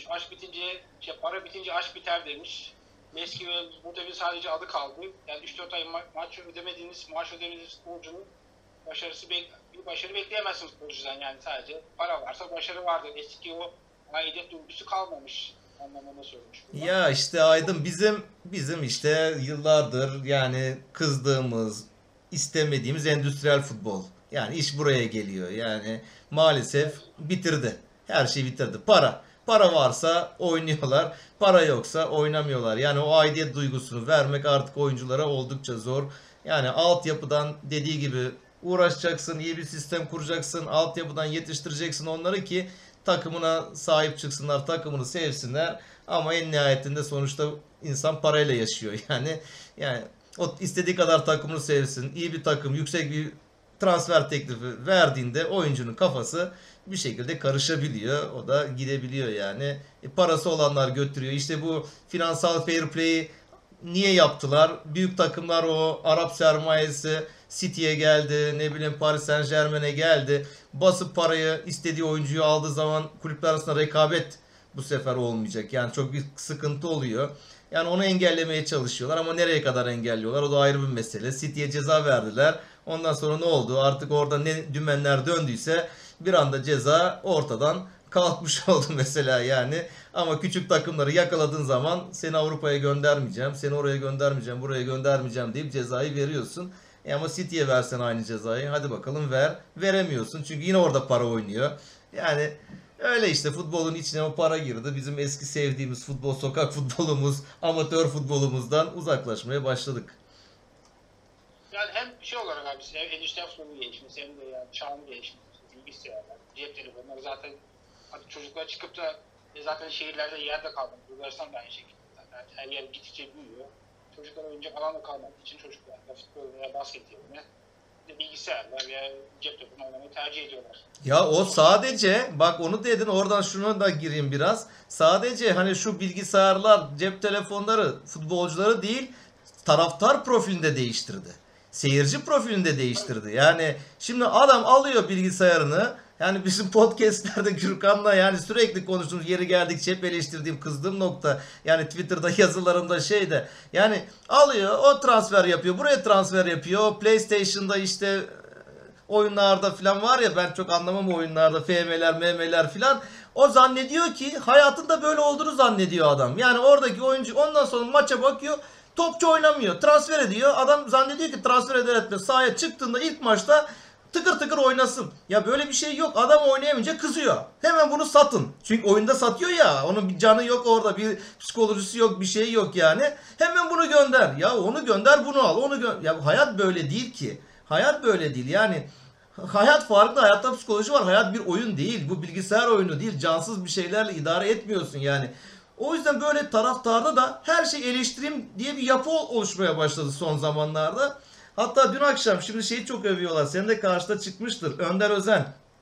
para bitince aşk biter demiş. Levski ve Botev'in sadece adı kaldı. Yani 3-4 ay maaş ödemediğiniz futbolcunun bir başarı bekleyemezsiniz futbolcudan. Yani sadece para varsa başarı vardır. Eski o aidiyet duygusu kalmamış anlamında söylemiş. Ya işte Aydın, bizim işte yıllardır yani kızdığımız, istemediğimiz endüstriyel futbol. Yani iş buraya geliyor. Yani maalesef bitirdi. Her şeyi bitirdi. Para. Para varsa oynuyorlar. Para yoksa oynamıyorlar. Yani o aidiyet duygusunu vermek artık oyunculara oldukça zor. Yani altyapıdan dediği gibi uğraşacaksın, iyi bir sistem kuracaksın, altyapıdan yetiştireceksin onları ki takımına sahip çıksınlar, takımını sevsinler. Ama en nihayetinde sonuçta insan parayla yaşıyor. Yani o istediği kadar takımını sevsin. İyi bir takım, yüksek bir transfer teklifi verdiğinde oyuncunun kafası bir şekilde karışabiliyor. O da gidebiliyor yani. Parası olanlar götürüyor. İşte bu finansal fair play'i niye yaptılar? Büyük takımlar, o Arap sermayesi City'ye geldi, ne bileyim Paris Saint-Germain'e geldi. Basıp parayı istediği oyuncuyu aldığı zaman kulüpler arasında rekabet bu sefer olmayacak. Yani çok bir sıkıntı oluyor. Yani onu engellemeye çalışıyorlar ama nereye kadar engelliyorlar? O da ayrı bir mesele. City'ye ceza verdiler. Ondan sonra ne oldu? Artık orada ne dümenler döndüyse bir anda ceza ortadan kalkmış oldu mesela yani. Ama küçük takımları yakaladığın zaman seni Avrupa'ya göndermeyeceğim, seni oraya göndermeyeceğim, buraya göndermeyeceğim deyip cezayı veriyorsun. Ama City'ye versen aynı cezayı, hadi bakalım ver. Veremiyorsun çünkü yine orada para oynuyor. Yani öyle işte, futbolun içine o para girdi. Bizim eski sevdiğimiz futbol, sokak futbolumuz, amatör futbolumuzdan uzaklaşmaya başladık. Yani hem şey olarak abi hem endüstriyel futbolun gelişmesi hem de yani çağın gelişmesi, bilgisayarlar, cep telefonları zaten hadi çocuklar çıkıp da zaten şehirlerde yerde kalmadı. Bulgaristan da aynı şekilde zaten her yer gittikçe büyüyor. Çocuklar oyuncak alan da kalmadığı için çocuklar da futbol veya basket yerine bilgisayarlar veya cep telefonu oynamayı tercih ediyorlar. Ya o sadece bak onu dedin oradan şuna da gireyim biraz. Sadece hani şu bilgisayarlar, cep telefonları futbolcuları değil taraftar profilini de değiştirdi. Seyirci profilini de değiştirdi. Yani şimdi adam alıyor bilgisayarını. Yani bizim podcastlerde Gürkan'la yani sürekli konuştuğumuz yeri geldikçe hep eleştirdiğim kızdığım nokta yani Twitter'da yazılarımda şeyde yani alıyor o transfer yapıyor buraya transfer yapıyor PlayStation'da işte oyunlarda falan var ya ben çok anlamam oyunlarda FM'ler MM'ler falan o zannediyor ki hayatında böyle olduğunu zannediyor adam. Yani oradaki oyuncu ondan sonra maça bakıyor topçu oynamıyor transfer ediyor adam zannediyor ki transfer eder etmez sahaya çıktığında ilk maçta tıkır tıkır oynasın. Ya böyle bir şey yok. Adam oynayamayınca kızıyor. Hemen bunu satın. Çünkü oyunda satıyor ya. Onun bir canı yok orada. Bir psikolojisi yok. Bir şey yok yani. Hemen bunu gönder. Ya onu gönder bunu al. Onu ya hayat böyle değil ki. Hayat böyle değil. Yani hayat farklı. Hayatta psikoloji var. Hayat bir oyun değil. Bu bilgisayar oyunu değil. Cansız bir şeylerle idare etmiyorsun yani. O yüzden böyle taraftarda da her şey eleştirim diye bir yapı oluşmaya başladı son zamanlarda. Hatta dün akşam şimdi şeyi çok övüyorlar. Senin de karşıda çıkmıştır. Önder Özen.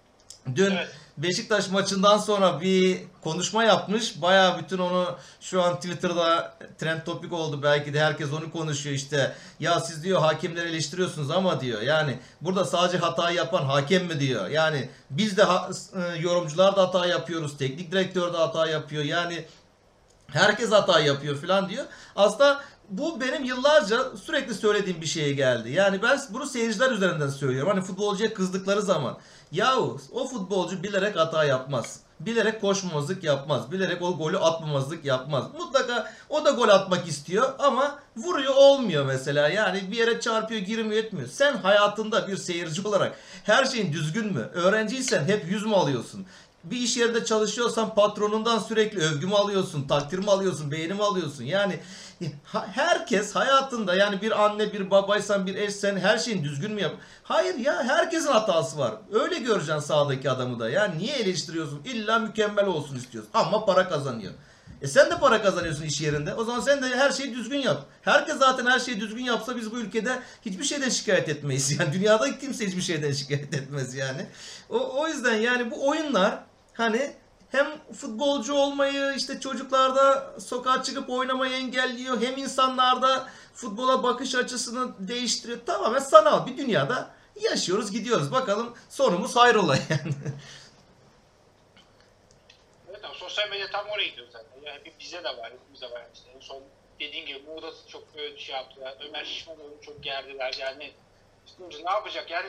Dün Evet. Beşiktaş maçından sonra bir konuşma yapmış. Bayağı bütün onu şu an Twitter'da trend topik oldu. Belki de herkes onu konuşuyor işte. Ya siz diyor hakemleri eleştiriyorsunuz ama diyor. Yani burada sadece hatayı yapan hakem mi diyor. Yani biz de yorumcular da hata yapıyoruz. Teknik direktör de hata yapıyor. Yani herkes hata yapıyor falan diyor. Aslında bu benim yıllarca sürekli söylediğim bir şeye geldi. Yani ben bunu seyirciler üzerinden söylüyorum. Hani futbolcuya kızdıkları zaman yahu o futbolcu bilerek hata yapmaz. Bilerek koşmamazlık yapmaz. Bilerek o golü atmamazlık yapmaz. Mutlaka o da gol atmak istiyor ama vuruyor olmuyor mesela. Yani bir yere çarpıyor girmiyor etmiyor. Sen hayatında bir seyirci olarak her şeyin düzgün mü? Öğrenciysen hep 100 mü alıyorsun? Bir iş yerinde çalışıyorsan patronundan sürekli övgü mü alıyorsun, takdir mi alıyorsun, beğeni mi alıyorsun? Yani herkes hayatında yani bir anne, bir babaysan, bir eşsen her şeyin düzgün mü yap? Hayır ya herkesin hatası var. Öyle göreceksin sağdaki adamı da. Ya niye eleştiriyorsun? İlla mükemmel olsun istiyorsun. Ama para kazanıyor. Sen de para kazanıyorsun iş yerinde. O zaman sen de her şeyi düzgün yap. Herkes zaten her şeyi düzgün yapsa biz bu ülkede hiçbir şeyden şikayet etmeyiz. Yani dünyada kimse hiçbir şeyden şikayet etmez yani. O yüzden yani bu oyunlar hani hem futbolcu olmayı işte çocuklarda sokağa çıkıp oynamayı engelliyor. Hem insanlarda futbola bakış açısını değiştiriyor. Tamamen sanal bir dünyada yaşıyoruz gidiyoruz. Bakalım sonumuz hayrola yani. Evet ama sosyal medya tam oraya gidiyor zaten. Yani bize de var, hepimize var. İşte en son dediğin gibi Muğla'sı çok şey yaptılar. Ömer Şişmanoğlu'nu çok gerdiler. Yani ne yapacak? Yani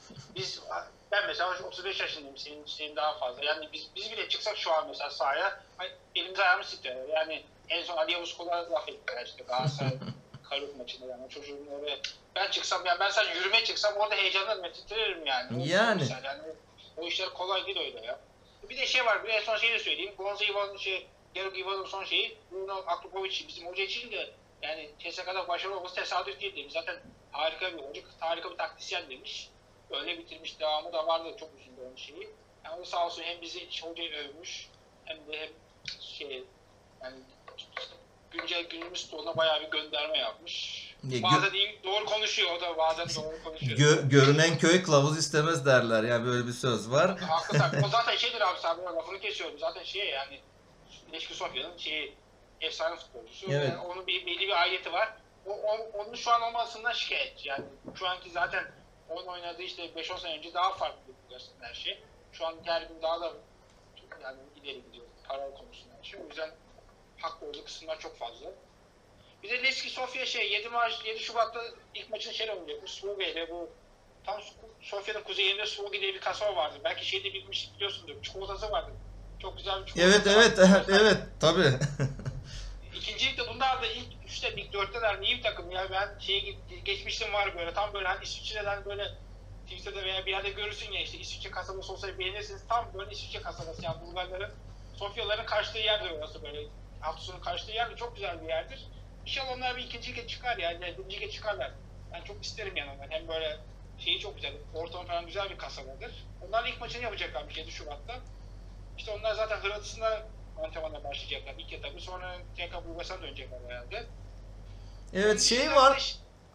ben mesela 35 yaşındayım, senin daha fazla. Yani biz bile çıksak şu an mesela sahaya elimiz ayağımız titriyor. Yani en son Ali Yavuz Kol'a laf ettiler işte Galatasaray Karabük maçında yani çocuğun oraya ben çıksam yani ben sadece yürümeye çıksam orada heyecanlanıp titrerim yani. Yani. Yani o işler kolay değil öyle ya. Bir de şey var, bir en son şeyi de söyleyeyim. Gonza Ivan'ın Geruk Ivan'ın son şeyi, Bruno Aklukovic bizim hoca için de yani CSK'da başarılı olması tesadüf değil demiş. Zaten harika bir hoca, harika bir taktisyen demiş. Öyle bitirmiş, devamı da vardı çok uzun bir şeyi. Yani o sağ olsun hem bizi hocayı övmüş hem de hem yani günümüz futboluna bayağı bir gönderme yapmış. Bazen doğru konuşuyor, o da bazen doğru konuşuyor. Görünen köy kılavuz istemez derler ya böyle bir söz var. Haklı. O zaten şeydir abi sen lafını kesiyorum. Zaten yani Leşki Sofya'nın efsane futbolcusu. Evet. Yani onun belli bir aidiyeti var. Onun şu an olmasından şikayetçi. Yani şu anki zaten onun oynadığı işte 5-10 sene önce daha farklı her şey. Şu an her gün daha da yani ileri gidiyor para konusunda her şey. O yüzden haklı olduğu kısımlar çok fazla. Bir de Leşki Sofya 7 Şubat'ta ilk maçını oynayacak. Bu Svoge'yle bu tam Sofya'nın kuzeyinde Svoge diye bir kasaba vardı. Belki şeyde bilmiş biliyorsundur. Çikolatası vardı. Çok güzel bir çikolatası Evet tabii. İkinci ligde bunlar da ilk 3'te, ilk 4'teler iyi bir takım ya. Ben geçmiştim var böyle tam böyle hani İsviçre'den böyle Twitter'da veya bir yerde görürsün ya işte İsviçre kasabası olsa beğenirsiniz. Tam böyle İsviçre kasabası yani Bulgarların, Sofyaların kaçtığı yerdir orası böyle. Hafta sonu kaçtığı yer de çok güzel bir yerdir. İnşallah onlar bir ikinci lige çıkar yani birinci lige çıkarlar. Ben çok isterim yani onlar. Hem böyle çok güzel, ortam falan güzel bir kasabadır. Onlar ilk maçını yapacaklarmış 7 Şubat'ta. İşte onlar zaten Hırvatistan'da antrenmana başlayacaklar ilk etabı. Sonra tekrar Bulgaristan'a dönecekler herhalde. Evet var.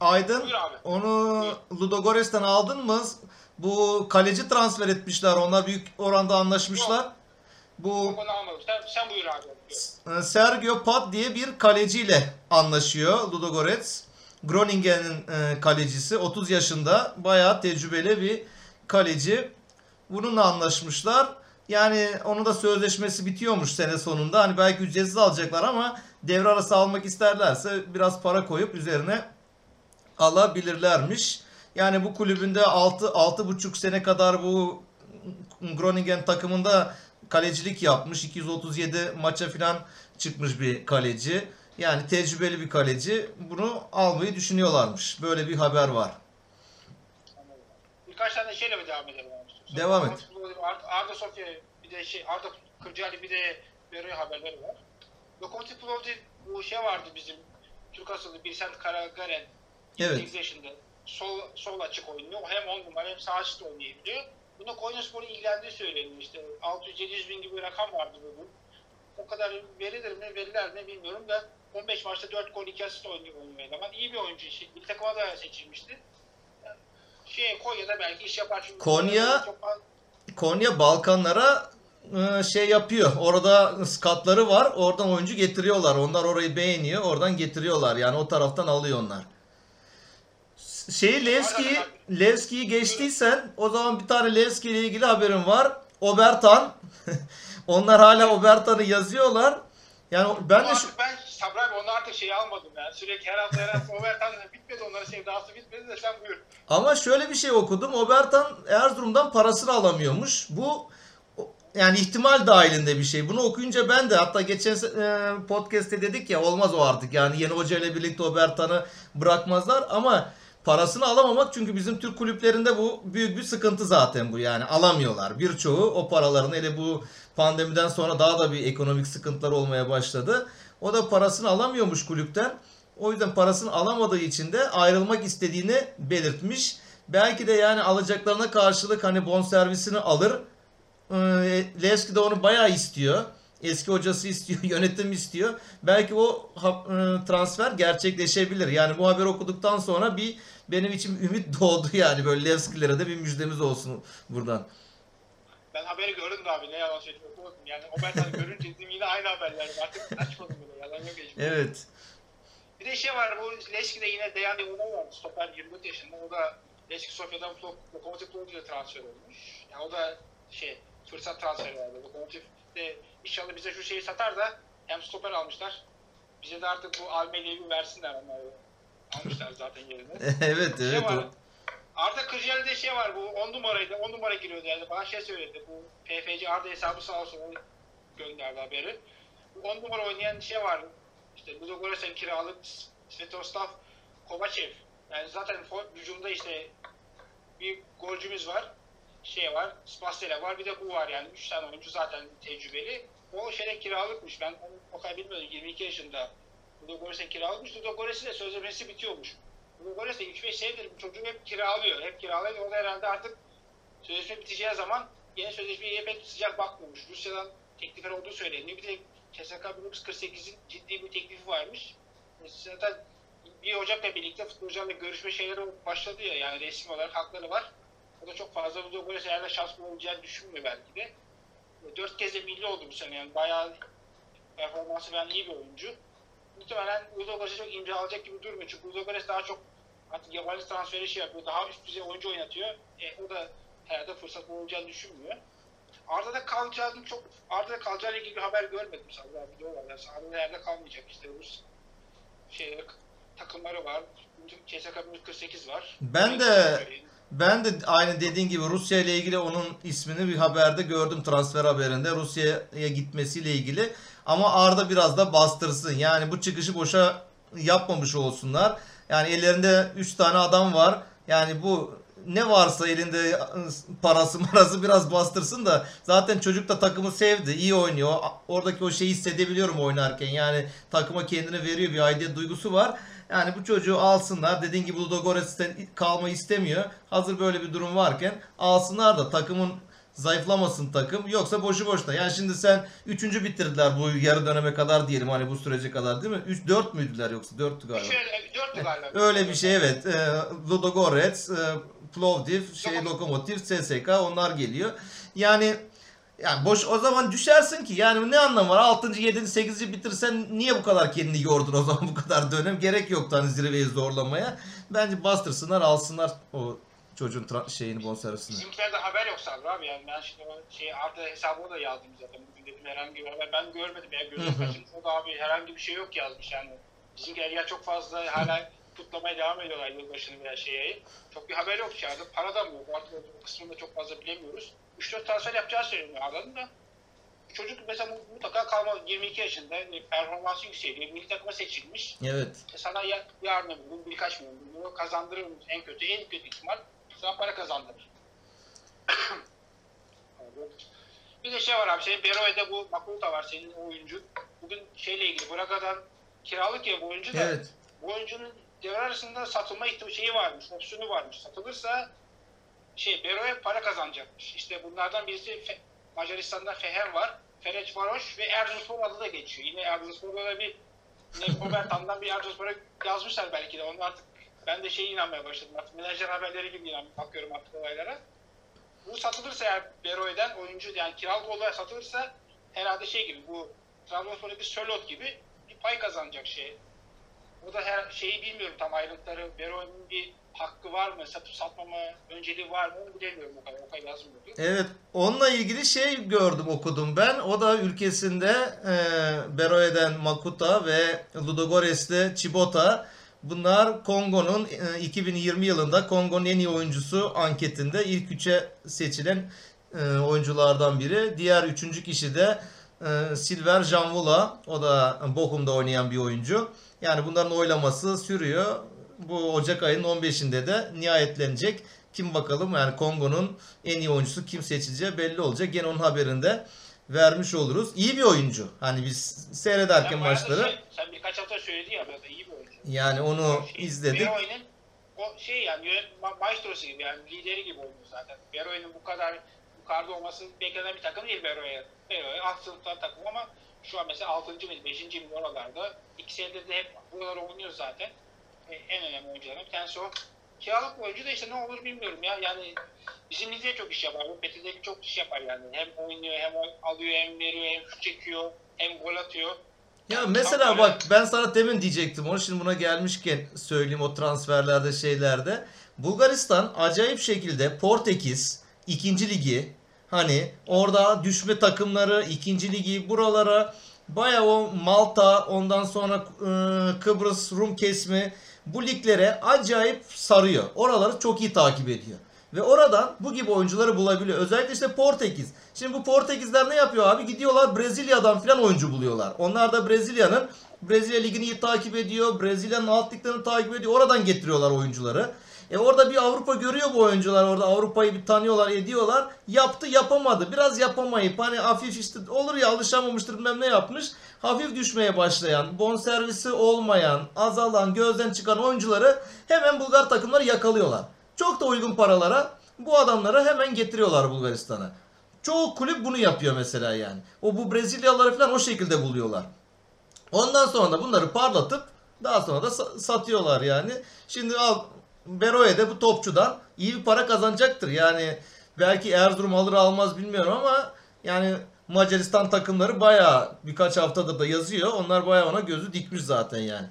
Aydın, Buyur abi. onu Buyur. Ludogorets'ten aldın mı? Bu kaleci transfer etmişler. Onlar büyük oranda anlaşmışlar. Yok Bu onu almadım. Sen buyur abi. Buyur. Sergio Pat diye bir kaleciyle anlaşıyor Ludogorets. Groningen'in kalecisi. 30 yaşında. Bayağı tecrübeli bir kaleci. Bununla anlaşmışlar. Yani onun da sözleşmesi bitiyormuş sene sonunda. Hani belki ücretsiz alacaklar ama devre arası almak isterlerse biraz para koyup üzerine alabilirlermiş. Yani bu kulübünde 6,5 sene kadar bu Groningen takımında kalecilik yapmış. 237 maça falan çıkmış bir kaleci. Yani tecrübeli bir kaleci. Bunu almayı düşünüyorlarmış. Böyle bir haber var. Anladım. Birkaç tane şeyle mi devam edelim abi? Devam et. Arda Sofya bir de Arda Kırcaali bir de böyle haberleri var. Lokomotiv Plovdiv bu şey vardı bizim Türk asıllı Bilsent Karagaren Evet. 28 yaşında sol açık oynuyor. Hem 10 numara hem sağ açık da oynayabiliyor. Buna Konyaspor'un ilgilendiği söyleniyor. İşte 600-700 bin gibi bir rakam vardı bugün. O kadar verilir mi verirler mi bilmiyorum da 15 maçta 4 gol 2 asist oynuyor eleman. İyi bir oyuncu. Bir takıma da seçilmişti. Konya'da belki iş yapar. Çünkü Konya Balkanlara şey yapıyor. Orada skatları var. Oradan oyuncu getiriyorlar. Onlar orayı beğeniyor. Oradan getiriyorlar. Yani o taraftan alıyor onlar. Levski'yi geçtiysen o zaman bir tane Levski ile ilgili haberim var. Obertan. Onlar hala Obertan'ı yazıyorlar. Yani ben de ben Sabri abi onu artık almadım yani. Sürekli her hafta Obertan bitmedi, onların sevdası bitmedi de sen buyur. ama şöyle bir şey okudum. Obertan Erzurum'dan parasını alamıyormuş. Bu yani ihtimal dahilinde bir şey. Bunu okuyunca ben de hatta geçen podcast'te dedik ya olmaz o artık. Yani yeni hoca ile birlikte Obertan'ı bırakmazlar ama parasını alamamak çünkü bizim Türk kulüplerinde bu büyük bir sıkıntı zaten bu yani alamıyorlar. Birçoğu o paralarını hele bu pandemiden sonra daha da bir ekonomik sıkıntılar olmaya başladı. O da parasını alamıyormuş kulüpten. O yüzden parasını alamadığı için de ayrılmak istediğini belirtmiş. Belki de yani alacaklarına karşılık hani bonservisini alır. Levski de onu bayağı istiyor. Eski hocası istiyor, yönetim istiyor. Belki o transfer gerçekleşebilir. Yani bu haberi okuduktan sonra benim için ümit doğdu yani. Böyle Levski'lere de bir müjdemiz olsun buradan. Ben haberi gördüm de abi, ne yalan söyleyeyim. Yani Obertan'ı görünce dedim yine aynı haberler. Artık açmadım bile, yalan yok hiçbir. Evet. Bir de var, bu Leşki'de yine Dejan Ivonov var. Stoper 24 yaşında. O da Leşki Sofya'dan Lokomotiv Plovdiv'e transfer olmuş. Yani o da fırsat transferi vardı. Lokomotiv de inşallah bize şu şeyi satar da hem stoper almışlar. Bize de artık bu Almeli'yi versinler onları. Almışlar zaten yerine. Evet. Var. Arda Kırcaali'de var, bu 10 numaraydı. 10 numara giriyordu yani. Bana söyledi. Bu PFC Arda hesabı sağ olsun gönderdi haberi. Bu 10 numara oynayan var. İşte Ludogorets'ten kiralık Svetoslav Kovacev. Yani zaten hücumda bir golcümüz var. Var. Spastela var. Bir de bu var yani. 3 tane oyuncu zaten tecrübeli. O kiralıkmış. Ben onu o kadar bilmiyordum. 22 yaşında Ludogorets'ten kiralıkmış. Ludogorets'in de sözleşmesi bitiyormuş. Ludogorets de 3-5 senedir bu çocuğu hep kiralıyor. Hep kiralıyor. O da herhalde artık sözleşme biteceği zaman yeni sözleşmeye pek sıcak bakmıyormuş. Rusya'dan teklifler olduğu söyleniyor. Bir de CSKA 1948'in ciddi bir teklifi varmış. Zaten 1 Ocak'la birlikte futbolcularla görüşme şeyleri başladı ya, yani resmi olarak hakları var. O da çok fazla Ludogorets herhalde şans olacağını düşünmüyor belki de. 4 kez de milli oldu bu sene, yani bayağı performansı iyi bir oyuncu. Muhtemelen Ludogorets'e çok imza alacak gibi durmuyor. Çünkü Ludogorets daha çok artık yabancı transferi yapıyor. Daha üst düzey oyuncu oynatıyor. O da herhalde fırsat olacağını düşünmüyor. Arda'da kalacağıyla ilgili bir haber görmedim sanırım. Arda'da herhalde kalmayacak. Rus takımları var. CSKA 48 var. Ben de aynı dediğin gibi Rusya ile ilgili onun ismini bir haberde gördüm, transfer haberinde Rusya'ya gitmesiyle ilgili. Ama Arda biraz da bastırsın. Yani bu çıkışı boşa yapmamış olsunlar. Yani ellerinde 3 tane adam var. Yani bu ne varsa elinde parası biraz bastırsın da zaten çocuk da takımı sevdi. İyi oynuyor. Oradaki o şeyi hissedebiliyorum oynarken. Yani takıma kendini veriyor. Bir aidiyet duygusu var. Yani bu çocuğu alsınlar. Dediğin gibi Ludogorets'ten kalmayı istemiyor. Hazır böyle bir durum varken alsınlar da takımın zayıflamasın takım. Yoksa boşu boşuna. Yani şimdi sen 3. bitirdiler bu yarı döneme kadar diyelim, hani bu sürece kadar değil mi? 3-4 müydüler, yoksa 4'tü galiba. Dörttü galiba. Öyle bir şey, evet. Ludogorets, Plovdiv, Lokomotiv, CSKA, onlar geliyor. Yani boş, o zaman düşersin ki. Yani ne anlamı var? 6. 7. 8. bitirsen niye bu kadar kendini yordun o zaman, bu kadar dönem? Gerek yoktu hani zirveyi zorlamaya. Bence bastırsınlar, alsınlar o çocuğun şeyini, bonservisini. Bizimkilerde haber yok Sabri abi, yani ben şimdi o artı hesabına da yazdım zaten. Bugün dedim herhangi bir haber ben görmedim ya, gözüm kaçırmış. O da abi herhangi bir şey yok yazmış yani. Bizimkiler ya çok fazla hala kutlamaya devam ediyorlar yılbaşını veya şeyi. Çok bir haber yok dışarıda. Para da mı yok? Artık o kısmını da çok fazla bilemiyoruz. 3-4 transfer yapacağı söyleniyor, anladın da. Çocuk mesela mutlaka kalmalı. 22 yaşında, performansı yükseliyor. Milli takıma seçilmiş. Evet. Sana yarın öbür gün birkaç milyon bunu kazandırır mı? En kötü ihtimal sana para kazandırır. Bir de şey var abi, senin Beroe'de bu Makuta var, senin oyuncu. Bugün şeyle ilgili, Braga'dan kiralık ya bu oyuncu da. Evet. Bu oyuncunun devre arasında satılma şeyi varmış, opsiyonu varmış. Satılırsa Beroe para kazanacakmış. İşte bunlardan birisi Macaristan'da Fehen var. Ferencvaros ve Erzurumspor adı da geçiyor. Yine Erzurumspor'da da bir Obertan'dan bir Erzurumspor'a yazmışlar belki de. Onu artık ben de inanmaya başladım. Artık menajer haberleri gibi bakıyorum artık olaylara. Bu satılırsa eğer Beroe'den oyuncu, yani kiralık olarak satılırsa herhalde gibi, bu Trabzonspor'daki Sörloth gibi bir pay kazanacak O da her şeyi bilmiyorum tam ayrıntıları. Beroe'nin bir hakkı var mı? Satıp satmama önceliği var mı? Onu bilemiyorum o kadar. O kadar yazmıyordu. Evet. Onunla ilgili gördüm, okudum ben. O da ülkesinde Beroe'den Makuta ve Ludogores'te Chibota. Bunlar Kongo'nun 2020 yılında Kongo'nun en iyi oyuncusu anketinde ilk 3'e seçilen oyunculardan biri. Diğer 3. kişi de Silver Janvula. O da Bochum'da oynayan bir oyuncu. Yani bunların oylaması sürüyor. Bu Ocak ayının 15'inde de nihayetlenecek. Kim bakalım, yani Kongo'nun en iyi oyuncusu kim seçileceği belli olacak. Gene onun haberinde vermiş oluruz. İyi bir oyuncu. Hani biz seyrederken maçları. Sen birkaç hafta söyledin ya, böyle iyi bir oyuncu. Yani onu izledik. Beroe'nin o yani maestrosu gibi, yani lideri gibi oynuyor zaten. Beroe'nin bu kadar yukarıda olması beklenen bir takım değil Beroe. Beroe alt sınıftan takım ama şu an mesela 6. mı 5. mi oralarda. 2 senedir de hep buralar oynuyor zaten. En önemli oyunculardan bir tanesi o. Kiralık oyuncu da işte ne olur bilmiyorum ya. Yani bizim ligde çok iş yapar. Petideki çok iş yapar yani. Hem oynuyor, hem alıyor, hem veriyor, hem şut çekiyor, hem gol atıyor. Ya mesela bak, ben sana demin diyecektim onu, şimdi buna gelmişken söyleyeyim, o transferlerde şeylerde. Bulgaristan acayip şekilde Portekiz 2. ligi, hani orada düşme takımları 2. ligi, buralara baya, o Malta, ondan sonra Kıbrıs Rum kesimi, bu liglere acayip sarıyor. Oraları çok iyi takip ediyor. Ve oradan bu gibi oyuncuları bulabiliyor. Özellikle işte Portekiz. Şimdi bu Portekizler ne yapıyor abi? Gidiyorlar Brezilya'dan falan oyuncu buluyorlar. Onlar da Brezilya ligini iyi takip ediyor. Brezilya'nın alt liglerini takip ediyor. Oradan getiriyorlar oyuncuları. Orada bir Avrupa görüyor bu oyuncular. Orada Avrupa'yı bir tanıyorlar, ediyorlar. Yaptı, yapamadı. Biraz yapamayıp hani hafif işte olur ya, alışamamıştır bilmem ne yapmış. Hafif düşmeye başlayan, bonservisi olmayan, azalan, gözden çıkan oyuncuları hemen Bulgar takımları yakalıyorlar. Çok da uygun paralara bu adamları hemen getiriyorlar Bulgaristan'a. Çoğu kulüp bunu yapıyor mesela yani. Bu Brezilyalıları falan o şekilde buluyorlar. Ondan sonra da bunları parlatıp daha sonra da satıyorlar yani. Şimdi Beroe'de bu topçudan iyi bir para kazanacaktır. Yani belki Erzurum alır almaz bilmiyorum ama yani Macaristan takımları bayağı birkaç haftadır da yazıyor. Onlar bayağı ona gözü dikmiş zaten yani.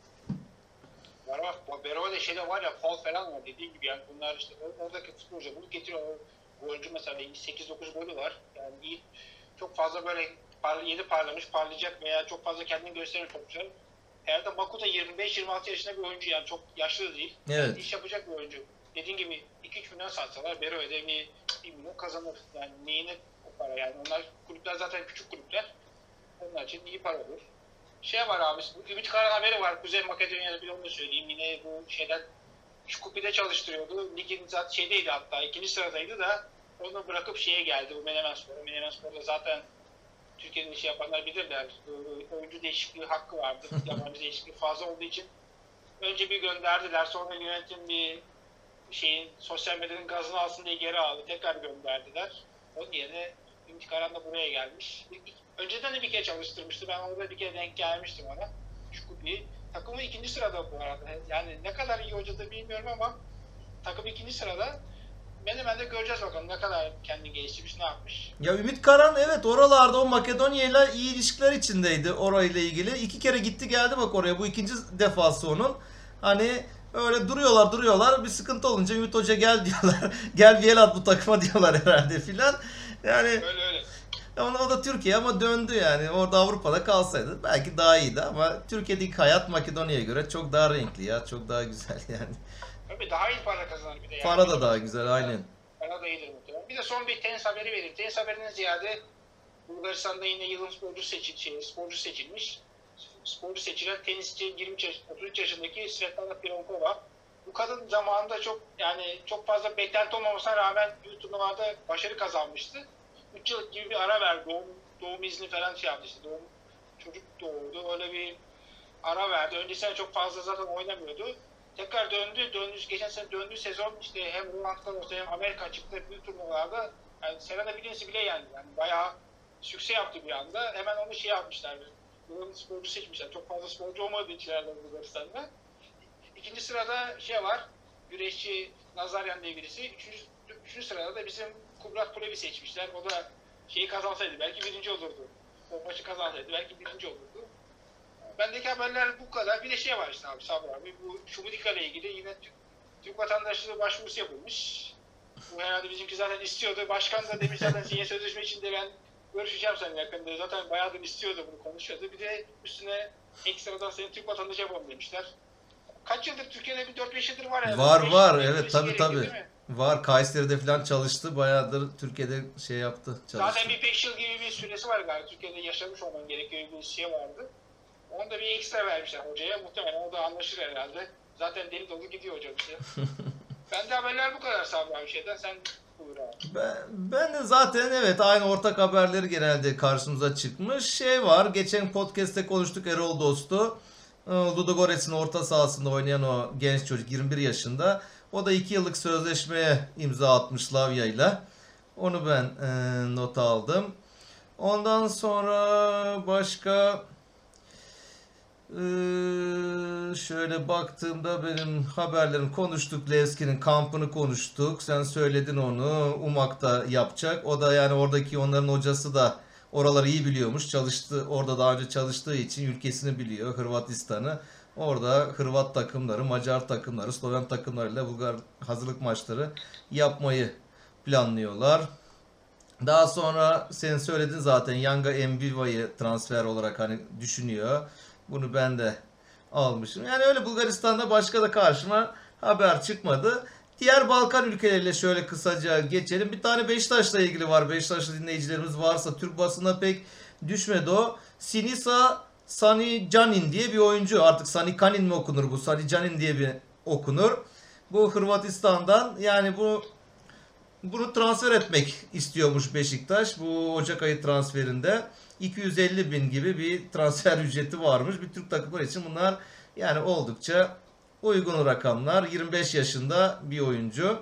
Beroe'de var ya, Paul falan var dediğim gibi, yani bunlar işte oradaki futbolcu bunu getiriyor. Bu oyuncu mesela 8-9 golü var. Yani iyi, çok fazla böyle yeni parlayacak veya çok fazla kendini gösteren topçular. Herhalde Makuta 25-26 yaşında bir oyuncu, yani çok yaşlı da değil. Evet. Yani iş yapacak bir oyuncu. Dediğim gibi 2-3 milyon satsalar Beroe'de 1 milyon kazanır. Yani neyine o para yani. Onlar kulüpler zaten küçük kulüpler. Onlar için iyi para olur. Var abi, Ümit Karan haberi var. Kuzey Makedonya'da, bir onu da söyleyeyim. Yine bu Şkupi'de çalıştırıyordu. Ligin zaten hatta 2. sıradaydı da onu bırakıp geldi. Bu Menemenspor'a. Menemenspor'da zaten Türkiye'nin yapanlar bilirler. Oyuncu değişikliği hakkı vardı. Yabancı değişikliği fazla olduğu için önce bir gönderdiler. Sonra yönetim bir sosyal medyanın gazını alsın diye geri aldı. Tekrar gönderdiler. Onun yerine Ümit Karan da buraya gelmiş. Önceden de bir kere çalıştırmıştı. Ben orada bir kere denk gelmiştim ona. Şükrü. Takımı 2. sırada bu arada. Yani ne kadar iyi hoca da bilmiyorum ama takım 2. sırada. Ben de göreceğiz bakalım ne kadar kendini geliştirmiş, ne yapmış. Ya Ümit Karan evet oralarda o Makedonya'yla iyi ilişkiler içindeydi orayla ilgili. 2 kere gitti geldi bak oraya. Bu 2. defası onun. Hani öyle duruyorlar. Bir sıkıntı olunca Ümit Hoca gel diyorlar. Gel bir el at bu takıma diyorlar herhalde filan. Yani Öyle. o da Türkiye ama döndü yani. Orada Avrupa'da kalsaydı belki daha iyiydi ama Türkiye'deki hayat Makedonya'ya göre çok daha renkli ya. Çok daha güzel yani. Tabii daha iyi para kazanır bir de. Yani. Para da daha güzel aynen. Para da iyidir muhtemelen. Bir de son bir tenis haberi vereyim. Tenis haberinden ziyade Bulgaristan'da yine yılın sporcu seçilmiş. Sporcu seçilen tenisçi 33 yaşındaki Svetlana Pironkova. Bu kadın zamanında çok fazla beklenti olmamasına rağmen büyük turnuvalarda başarı kazanmıştı. 3 yıl gibi bir ara verdi. Doğum izni falan yaptı. Çocuk doğurdu. Öyle bir ara verdi. Öncesinde çok fazla zaten oynamıyordu. Tekrar geçen sene döndüğü sezon işte hem Roland Garros'ta hem Amerika açıkta büyük turnuvalarda yani Serena Williams'i bile yendi. Yani bayağı sükse yaptı bir anda. Hemen onu yapmışlar. Yılın sporcu seçmişler. Çok fazla sporcu olmadığı içeride Bulgaristan'da. 2. sırada var. Güreşçi Nazaryan diye birisi. 3. sırada da bizim Kubrat Pulevi seçmişler. O da kazansaydı belki 1. olurdu. O maçı kazansaydı belki 1. olurdu. Bendeki haberler bu kadar. Bir de var işte abi Sabri abi. Bu Şumudika ile ilgili yine Türk vatandaşlığı başvurusu yapılmış. Bu herhalde bizimki zaten istiyordu. Başkan da demiş zaten yeni sözleşme içinde ben görüşeceğim seninle yakında. Zaten bayağıdır istiyordu bunu konuşuyordu. Bir de üstüne ekstradan seni Türk vatandaşı yapalım demişler. Kaç yıldır Türkiye'de bir 4-5 yıldır var herhalde. Var evet tabii. Var Kayseri'de falan çalıştı. Bayağıdır Türkiye'de yaptı. Çalıştı. Zaten bir 5 yıl gibi bir süresi var galiba. Türkiye'de yaşamış olman gerekiyor bir vardı. Onu da bir ekstra vermişler hocaya. Muhtemelen o da anlaşır herhalde. Zaten deli dolu gidiyor hocam işte. Bende haberler bu kadar Sabri abi şeyden. Sen buyur abi. Ben de zaten evet aynı ortak haberleri genelde karşımıza çıkmış. Var geçen podcast'te konuştuk Erol Dost'u. Ludogorets'in orta sahasında oynayan o genç çocuk 21 yaşında. O da 2 yıllık sözleşmeye imza atmış Slavya'yla. Onu ben not aldım. Ondan sonra başka şöyle baktığımda benim haberlerim konuştuk. Levski'nin kampını konuştuk. Sen söyledin onu. Umak'ta yapacak. O da yani oradaki onların hocası da oraları iyi biliyormuş. Çalıştı. Orada daha önce çalıştığı için ülkesini biliyor. Hırvatistan'ı. Orada Hırvat takımları, Macar takımları, Sloven takımlarıyla Bulgar hazırlık maçları yapmayı planlıyorlar. Daha sonra sen söyledin zaten Yanga Mbiva'yı transfer olarak hani düşünüyor. Bunu ben de almışım. Yani öyle Bulgaristan'da başka da karşıma haber çıkmadı. Diğer Balkan ülkeleriyle şöyle kısaca geçelim. Bir tane Beşiktaş'la ilgili var. Beşiktaşlı dinleyicilerimiz varsa Türk basına pek düşmedi o. Sinisa Sanicanin diye bir oyuncu. Artık Sanikanin mi okunur bu? Sanicanin diye bir okunur. Bu Hırvatistan'dan yani bunu transfer etmek istiyormuş Beşiktaş. Bu Ocak ayı transferinde 250.000 gibi bir transfer ücreti varmış. Bir Türk takımları için bunlar yani oldukça uygun rakamlar. 25 yaşında bir oyuncu.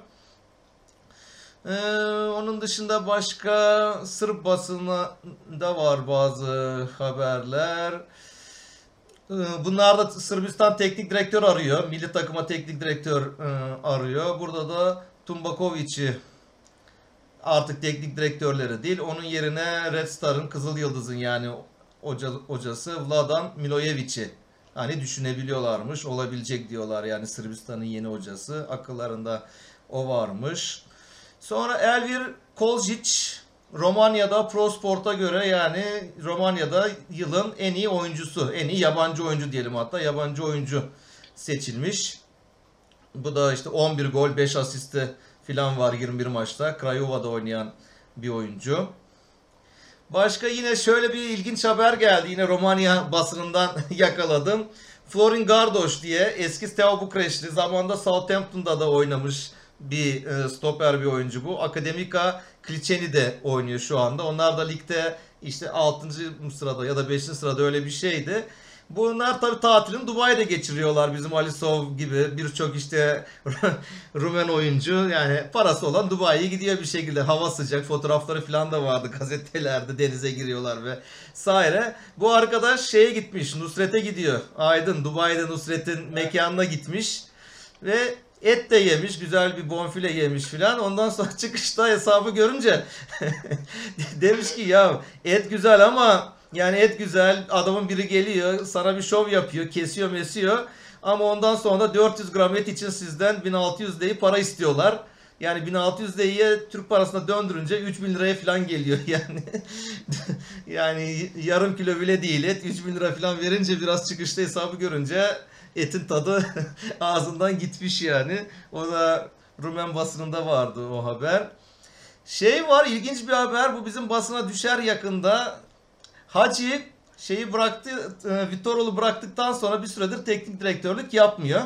Onun dışında başka Sırp basınında var bazı haberler. Bunlar da Sırbistan teknik direktör arıyor. Milli takıma teknik direktör arıyor. Burada da Tumbakovic'i artık teknik direktörleri değil. Onun yerine Red Star'ın Kızıl Yıldız'ın yani hocası Vladan Milojevic'i hani düşünebiliyorlarmış. Olabilecek diyorlar yani Sırbistan'ın yeni hocası. Akıllarında o varmış. Sonra Elvir Koljic Romanya'da Prosport'a göre yani Romanya'da yılın en iyi oyuncusu. En iyi yabancı oyuncu diyelim hatta. Yabancı oyuncu seçilmiş. Bu da işte 11 gol 5 asiste filan var 21 maçta. Craiova'da oynayan bir oyuncu. Başka yine şöyle bir ilginç haber geldi. Yine Romanya basınından yakaladım. Florin Gardoş diye eski Steaua Bucureşti zamanında Southampton'da da oynamış bir stoper bir oyuncu bu. Akademika Kliceni'de oynuyor şu anda. Onlar da ligde işte 6. sırada ya da 5. sırada öyle bir şeydi. Bunlar tabii tatilini Dubai'de geçiriyorlar, bizim Alisov gibi birçok işte Rumen oyuncu, yani parası olan Dubai'ye gidiyor bir şekilde. Hava sıcak, fotoğrafları falan da vardı gazetelerde, denize giriyorlar ve saire. Bu arkadaş şeye gitmiş, Nusret'e gidiyor. Aydın, Dubai'de Nusret'in mekanına gitmiş ve et de yemiş, güzel bir bonfile yemiş filan. Ondan sonra çıkışta hesabı görünce demiş ki ya et güzel ama yani et güzel, adamın biri geliyor sana bir şov yapıyor, kesiyor mesiyor ama ondan sonra da 400 gram et için sizden 1600 lirayı para istiyorlar. Yani 1600 lirayı Türk parasına döndürünce 3000 liraya falan geliyor yani. Yani yarım kilo bile değil et, 3000 lira falan verince biraz çıkışta hesabı görünce etin tadı ağzından gitmiş yani. O da Rumen basınında vardı o haber. Şey var, ilginç bir haber, bu bizim basına düşer yakında. Hacı şeyi bıraktı, Vitorol'u bıraktıktan sonra bir süredir teknik direktörlük yapmıyor.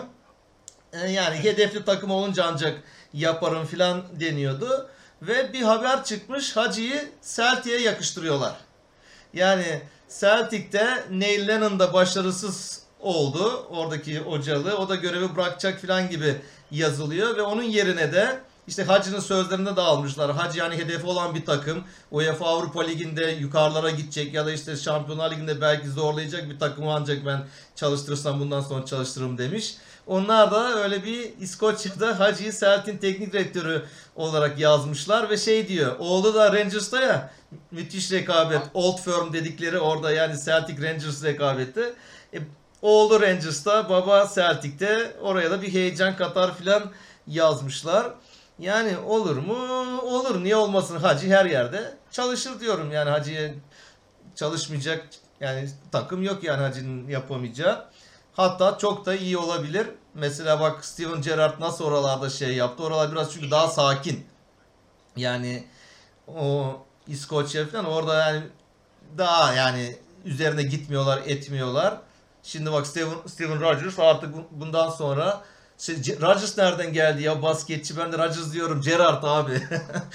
Yani hedefli takım olunca ancak yaparım filan deniyordu. Ve bir haber çıkmış, Hacı'yı Celtic'e yakıştırıyorlar. Yani Celtic'te Neil Lennon da başarısız oldu. Oradaki hocalığı. O da görevi bırakacak filan gibi yazılıyor. Ve onun yerine de işte Hacı'nın sözlerinde de almışlar. Hacı yani hedefi olan bir takım. UEFA Avrupa Ligi'nde yukarılara gidecek ya da işte Şampiyonlar Ligi'nde belki zorlayacak bir takımı ancak ben çalıştırırsam bundan sonra çalıştırırım demiş. Onlar da öyle bir İskoçya'da Hacı'yı Celtic'in teknik direktörü olarak yazmışlar ve şey diyor. Oğlu da Rangers'ta ya, müthiş rekabet. Old Firm dedikleri orada, yani Celtic Rangers rekabeti. Oğlu Rangers'ta, baba Celtic'te, oraya da bir heyecan katar filan yazmışlar. Yani olur mu? Olur. Niye olmasın? Hacı her yerde çalışır diyorum. Yani Hacı'ya çalışmayacak yani takım yok, yani Hacı'nın yapamayacağı. Hatta çok da iyi olabilir. Mesela bak Steven Gerrard nasıl oralarda şey yaptı. Oralar biraz çünkü daha sakin. Yani o İskoçya falan orada yani daha yani üzerine gitmiyorlar, etmiyorlar. Şimdi bak Steven Rodgers artık bundan sonra Rodgers nereden geldi ya, basketçi, ben de Rodgers diyorum, Gerrard abi.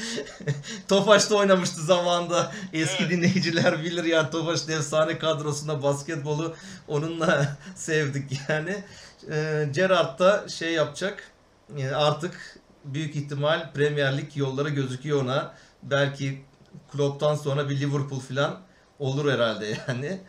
Tofaş'ta oynamıştı zamanında, eski Evet. dinleyiciler bilir yani, Tofaş'ın efsane kadrosunda basketbolu onunla sevdik yani. Gerrard da şey yapacak, yani artık büyük ihtimal Premier Lig yolları gözüküyor ona. Belki Klopp'tan sonra bir Liverpool falan olur herhalde yani.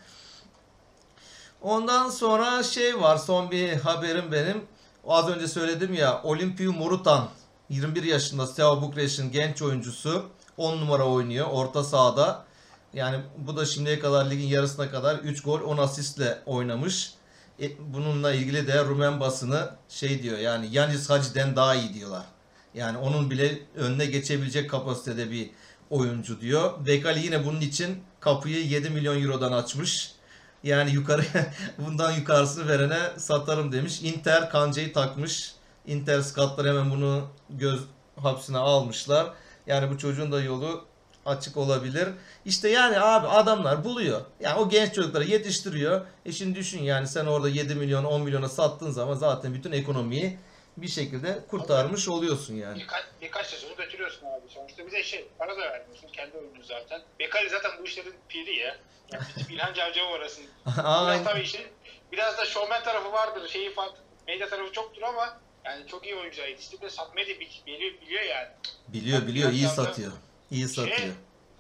Ondan sonra şey var, son bir haberim benim. Az önce söyledim ya, Olimpiu Morutan 21 yaşında, Steaua Bukreş'in genç oyuncusu, 10 numara oynuyor orta sahada. Yani bu da şimdiye kadar ligin yarısına kadar 3 gol 10 asistle oynamış. Bununla ilgili de Rumen basını şey diyor, yani Yanis Hacı'den daha iyi diyorlar. Yani onun bile önüne geçebilecek kapasitede bir oyuncu diyor. Bekali yine bunun için kapıyı 7 milyon eurodan açmış. Yani yukarı bundan yukarısını verene satarım demiş. Inter kancayı takmış. Inter scoutlar hemen bunu göz hapsine almışlar. Yani bu çocuğun da yolu açık olabilir. İşte yani abi adamlar buluyor. Yani o genç çocukları yetiştiriyor. Şimdi düşün yani, sen orada 7 milyon 10 milyona sattığın zaman zaten bütün ekonomiyi bir şekilde kurtarmış oluyorsun yani. Birkaç sezonu götürüyorsun abi. Sonuçta bize para da vermiyorsun. Kendi oyunu zaten. Bekali zaten bu işlerin piri ya. Yani bizim İlhan Cavcava arasın. Biraz tabii işin biraz da showman tarafı vardır. Medya tarafı çoktur ama yani çok iyi oyuncular yetiştirdi ve satmayı da biliyor yani. Biliyor, iyi satıyor. İyi satıyor.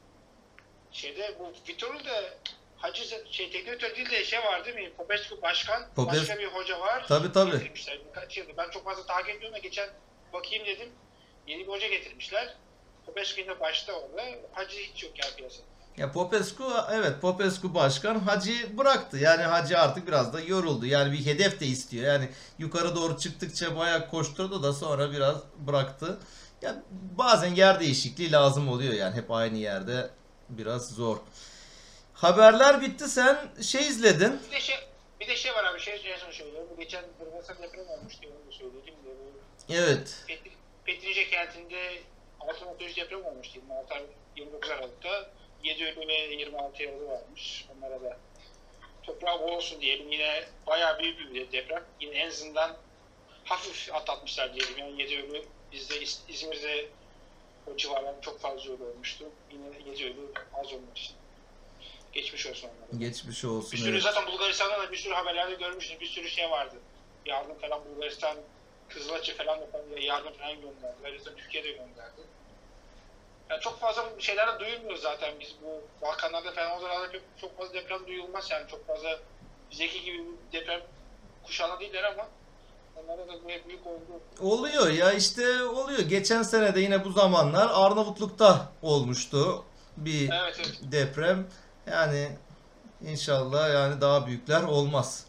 Bu Vitor'da Hacı teknik direktör değil de var değil mi? Popescu başkan, başka bir hoca var. Tabii. Getirmişler birkaç yıldır. Ben çok fazla takip etmiyorum da geçen bakayım dedim. Yeni bir hoca getirmişler. Popescu yine başta orada. Hacı hiç yok yani piyasada. Ya Popescu başkan, Hacı bıraktı. Yani Hacı artık biraz da yoruldu. Yani bir hedef de istiyor. Yani yukarı doğru çıktıkça bayağı koşturdu da sonra biraz bıraktı. Yani bazen yer değişikliği lazım oluyor yani, hep aynı yerde biraz zor. Haberler bitti, sen izledin. Bir de şey var abi, son söylüyorum. Bu geçen Hırvatistan deprem olmuştu, onu da söyledim de. Evet. Petrince kentinde 6.3 deprem olmuştu 29 Aralık'ta. 7 ölü ve 26 yaralı varmış. Onlara da toprağı bol olsun diyelim. Yine bayağı büyük bir deprem. Yine en azından hafif atlatmışlar diyelim. Yani 7 ölü, bizde İzmir'de o civarlarda çok fazla ölü olmuştu. Yine 7 ölü az olmuş. Geçmiş olsun onlara. Geçmiş olsun. Bir sürü Evet. zaten Bulgaristan'da da bir sürü haberlerde görmüştüm. Bir sürü şey vardı. Yardım falan Bulgaristan Kızılaçı falan da yardım falan gönderdi. Ayrıca Türkiye'de gönderdi. Yani çok fazla şeyler duyulmuyor zaten biz bu Balkanlarda falan o zamanlarda çok fazla deprem duyulmaz yani çok fazla bizdeki gibi bir deprem kuşağına değiller ama onlara da böyle büyük oldu. Oluyor ya işte oluyor. Geçen sene de yine bu zamanlar Arnavutluk'ta olmuştu bir Evet evet. deprem. Yani inşallah yani daha büyükler olmaz.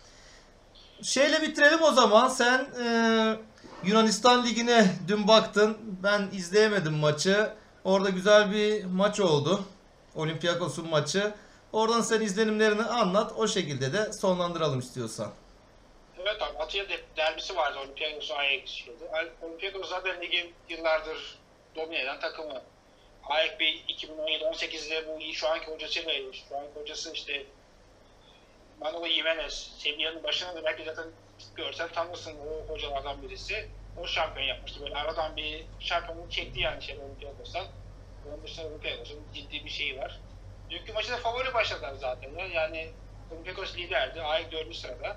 Şeyle bitirelim o zaman. Sen Yunanistan Ligi'ne dün baktın. Ben izleyemedim maçı. Orada güzel bir maç oldu. Olympiakos'un maçı. Oradan sen izlenimlerini anlat. O şekilde de sonlandıralım istiyorsan. Evet abi Atilla derbisi vardı Olympiakos Ajax şeydi. Olympiakos zaten ligin yıllardır domine eden takımı. Ajax bir 2017-18'de bu şu anki hocasıyla şu anki hocası işte Manolo Jimenez, Sevilla'nın başına da belki zaten görsen tanırsın o hocalardan birisi. O şampiyon yapmıştı. Böyle aradan bir şampiyonluğu çekti yani Olympiakos'tan. Onun dışında Olympiakos'un ciddi bir şeyi var. Dünkü maçı da favori başladılar zaten. Yani Olympiakos liderdi. Ajax 4. sırada.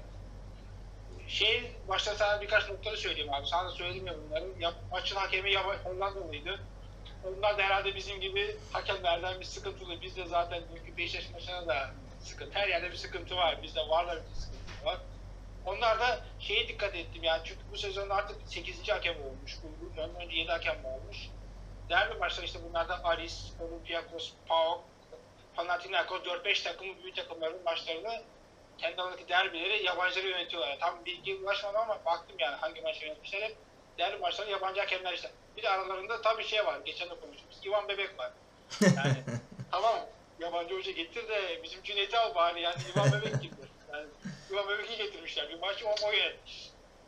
Başta sana birkaç noktaları söyleyeyim abi. Sana da söyledim ya bunları. Maçın hakemi Hollandalıydı. Onlar da herhalde bizim gibi hakemlerden bir sıkıntılı. Biz de zaten dünkü Beşiktaş maçına da sıkıntı. Her yerde bir sıkıntı var. Bizde varlar bir sıkıntı var. Onlar da dikkat ettim yani çünkü bu sezon artık 8. hakem olmuş. Ondan önce 7 hakem olmuş. Derbi maçları işte bunlardan Aris, Olympiakos, PAOK, Panathinaikos 4-5 takımın büyük takımların maçlarını kendi alanındaki derbileri yabancıları yönetiyorlar. Yani tam bilgiye ulaşmadım ama baktım yani hangi maçı yönetmişler hep derbi maçları yabancı hakemler işte. Bir de aralarında tabii var. Geçen de konuştuğumuz Ivan Bebek var. Yani tamam yabancı hoca getir de bizim Cüneyt'i al bari yani Ivan Bebek kimdir? Yani Ivan Bebek'i getirmişler. Bir maçı o yönetmiş.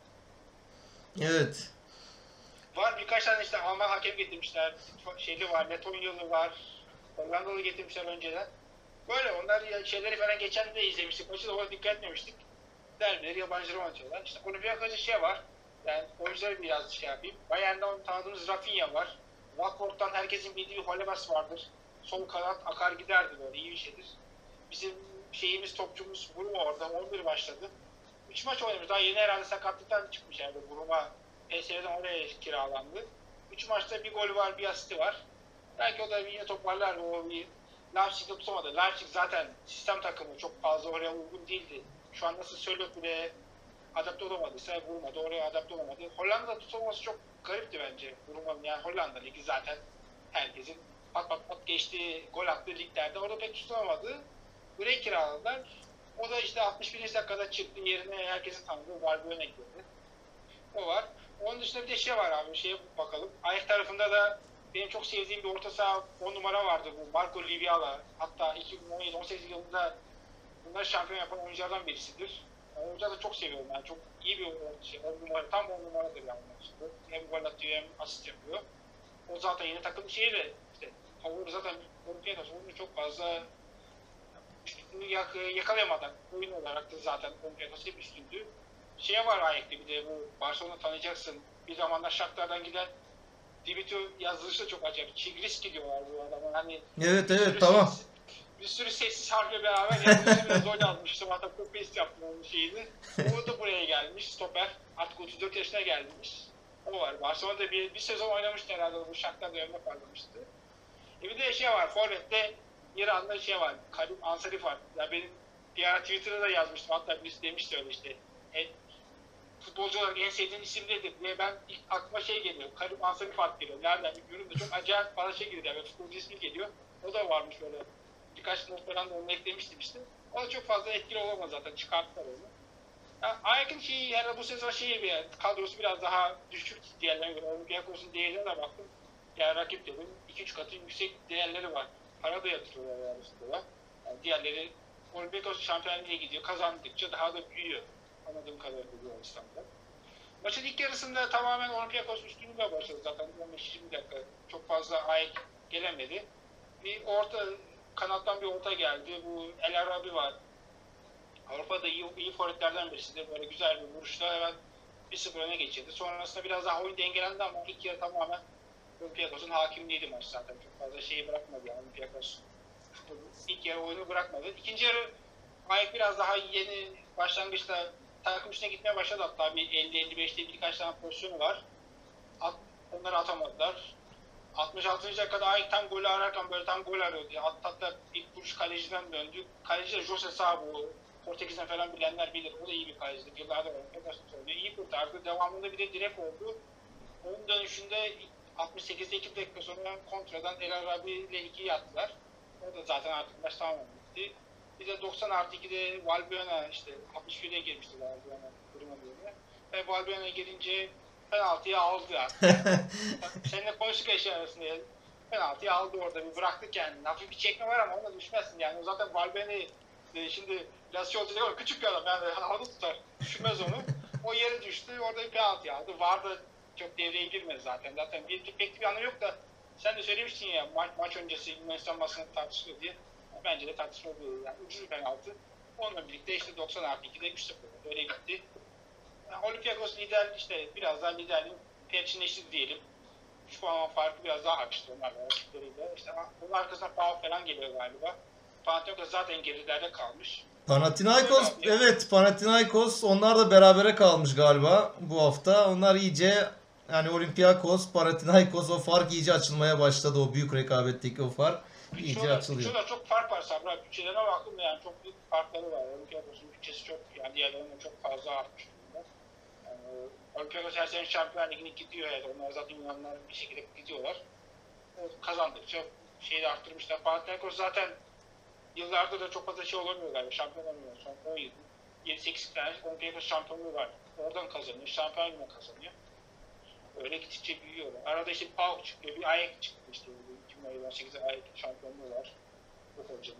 Evet. Var birkaç tane işte Alman hakem getirmişler. Var, Letonyalı var. Hollandalı getirmişler önceden. Böyle onlar şeyleri falan geçen de izlemiştik. Maçı da ona dikkat etmemiştik. Derbileri yabancıları oynatıyorlar. İşte Olympiakos'ta var. Yani oyuncuları biraz yapayım. Bayern'den tanıdığımız Rafinha var. Watford'dan herkesin bildiği Holebas vardır. Sol kanat akar giderdi böyle iyi bir şeydir. Bizim topçumuz Bruma orada 11 başladı. 3 maç oynamış. Daha yeni herhalde sakatlıktan çıkmış yani Bruma. PSV'den oraya kiralandı. 3 maçta bir gol var, bir asisti var. Belki o da yine toparlar. O bir Leipzig'de tutamadı. Leipzig zaten sistem takımı çok fazla oraya uygun değildi. Şu an nasıl Sörloth bile adapte olamadıysa Bruma da oraya adapte olamadı. Hollanda'da tutulması çok garipti bence. Bruma'nın yani Hollanda ligi zaten herkesin pat pat pat geçtiği, gol attığı liglerde orada pek tutunamadı. Buraya kiraladılar. O da işte 61. dakikada çıktı yerine herkesin tanıdığı Valbuena girdi. O var. Onun dışında bir de var abi bakalım. Ayak tarafında da benim çok sevdiğim bir orta saha 10 numara vardı bu Marco Liviala. Hatta 2017-18 yılında bunları şampiyon yapan oyunculardan birisidir. Yani oyuncuları da çok seviyorum yani çok iyi bir 10 numara, tam 10 numaradır yani. Hem gol atıyor hem asist yapıyor. O zaten yeni takım de işte favori zaten Olympiakos oyunu çok fazla üstünlüğü yakalayamadan oyun olarak da zaten Olympiakos hep üstündü. Var ayakta bir de bu Barcelona tanıyacaksın. Bir zamanlar Shakhtar'dan giden Dimitro yazılışı da çok acayip. Çigriski diyorlar bu adama. Hani Evet tamam. Bir sürü sessiz harfle beraber yazılışı biraz zor yazmıştım. Hatta copy-paste yaptım onun şeyini. O da buraya gelmiş. Stoper. Artık 34 yaşına gelmiş. O var. Barcelona'da bir sezon oynamıştı herhalde. Bu Shakhtar'da önüne parlamıştı. Bir de var. Forvet'te İran'da var. Karim Ansarif var. Ya benim bir ara Twitter'da da yazmıştım. Hatta birisi demişti öyle işte. Futbolcu olarak en sevdiğin isim nedir diye ben ilk aklıma geliyor. Karim Ansarif geliyor. Nereden bilmiyorum da çok acayip bana geliyor. Yani futbolcu ismi geliyor. O da varmış böyle. Birkaç notlardan da onu eklemiştim işte. O da çok fazla etkili olamaz zaten. Çıkarttılar onu. Yani Ajax'ın yani bu sezon kadrosu biraz daha düşük diğerlerine göre. Olympiakos'un değerlerine baktım. Yani rakiplerin 2-3 katı yüksek değerleri var. Para da yatırıyorlar yani üstüne. Yani diğerleri Olympiakos Şampiyonluğu'ya gidiyor. Kazandıkça daha da büyüyor. Anladığım kadarıyla Yunanistan'da. Maçın ilk yarısında tamamen Olympiakos üstünlüğüyle başladı zaten. 15-20 dakika. Çok fazla Ajax gelemedi. Bir kanattan bir orta geldi. Bu El Arabi var. Avrupa'da iyi forvetlerden birisidir. Böyle güzel bir vuruşla hemen 1-0 öne geçirdi. Sonrasında biraz daha oyun dengelendi ama ilk yarı tamamen Olympiakos'un hakimliğiydi maç zaten. Çok fazla bırakmadı yani Olympiakos. İlk yarı oyunu bırakmadı. İkinci yarı AEK biraz daha yeni başlangıçta takım içine gitmeye başladı. Hatta bir 50-55'te birkaç tane pozisyonu var. Onları atamadılar. 66. dakikada AEK tam golü ararken böyle tam gol arıyordu. Hatta ilk vuruş kaleciden döndü. Kaleci de Jose Sabo. Portekiz'den falan bilenler bilir. O da iyi bir kalecidir. Yıllardır oynuyor. İyi kurtardı. Devamında bir de direkt oldu. Onun dönüşünde 68'de 2 dakika sonra kontradan El Arabi ile 2'yi attılar. O da zaten artık maç tamamen bitti. Bir de 90+2'de Valbuena işte 61'e girmişti Valbuena duruma göre. Ve Valbuena gelince penaltıyı aldı artık. Seninle konuştuk eşya arasında. Penaltıyı aldı orada. Bir bıraktı kendini. Hafif bir çekme var ama ona düşmezsin. Yani o zaten Valbuena'yı şimdi Lazio diyor küçük bir adam. Yani havada tutar. Düşmez onu. O yere düştü. Orada bir penaltı aldı. VAR da çok devreye girmedi zaten. Zaten pek bir anı yok da sen de söylemiştin ya maç öncesi Yunanistan basını tartışılıyor diye. Bence de tartışılıyor. Yani ucuz penaltı. Onunla birlikte işte 90+2'de 3-0 öyle gitti. Yani Olympiakos lider işte biraz daha liderliğin perçinleşti diyelim. 3 puan farkı biraz daha açtı onlarla rakipleriyle. İşte bunun arkasından Pau falan geliyor galiba. Panathinaikos zaten gerilerde kalmış. Panathinaikos, evet Panathinaikos onlar da berabere kalmış galiba bu hafta. Onlar iyice yani Olympiakos, Panathinaikos o fark iyice açılmaya başladı. O büyük rekabetteki o fark iyice açılıyor. Bütçeler çok fark var Sabra. Bütçelerine baktım da yani çok büyük farkları var. Olympiakos'un bütçesi çok yani diğerlerinden çok fazla artmış durumda. Yani, Olympiakos her sene Şampiyonlar Ligi'ne gidiyor yani. Onlar zaten Yunanlar bir şekilde gidiyorlar. O kazandıkça şeyi de arttırmışlar. Panathinaikos zaten yıllardır da çok fazla şey olamıyorlar. Şampiyon olamıyorlar. Son 10 yıl. 7-8 tane Olympiakos şampiyonluğu var. Oradan kazanıyor. Şampiyon Ligi'ne kazanıyor. Öyle gittikçe büyüyorlar. Arada işte Pau çıkıyor. Bir AEK çıktı işte. 2018'de AEK şampiyonluğu var. Bu hocanın.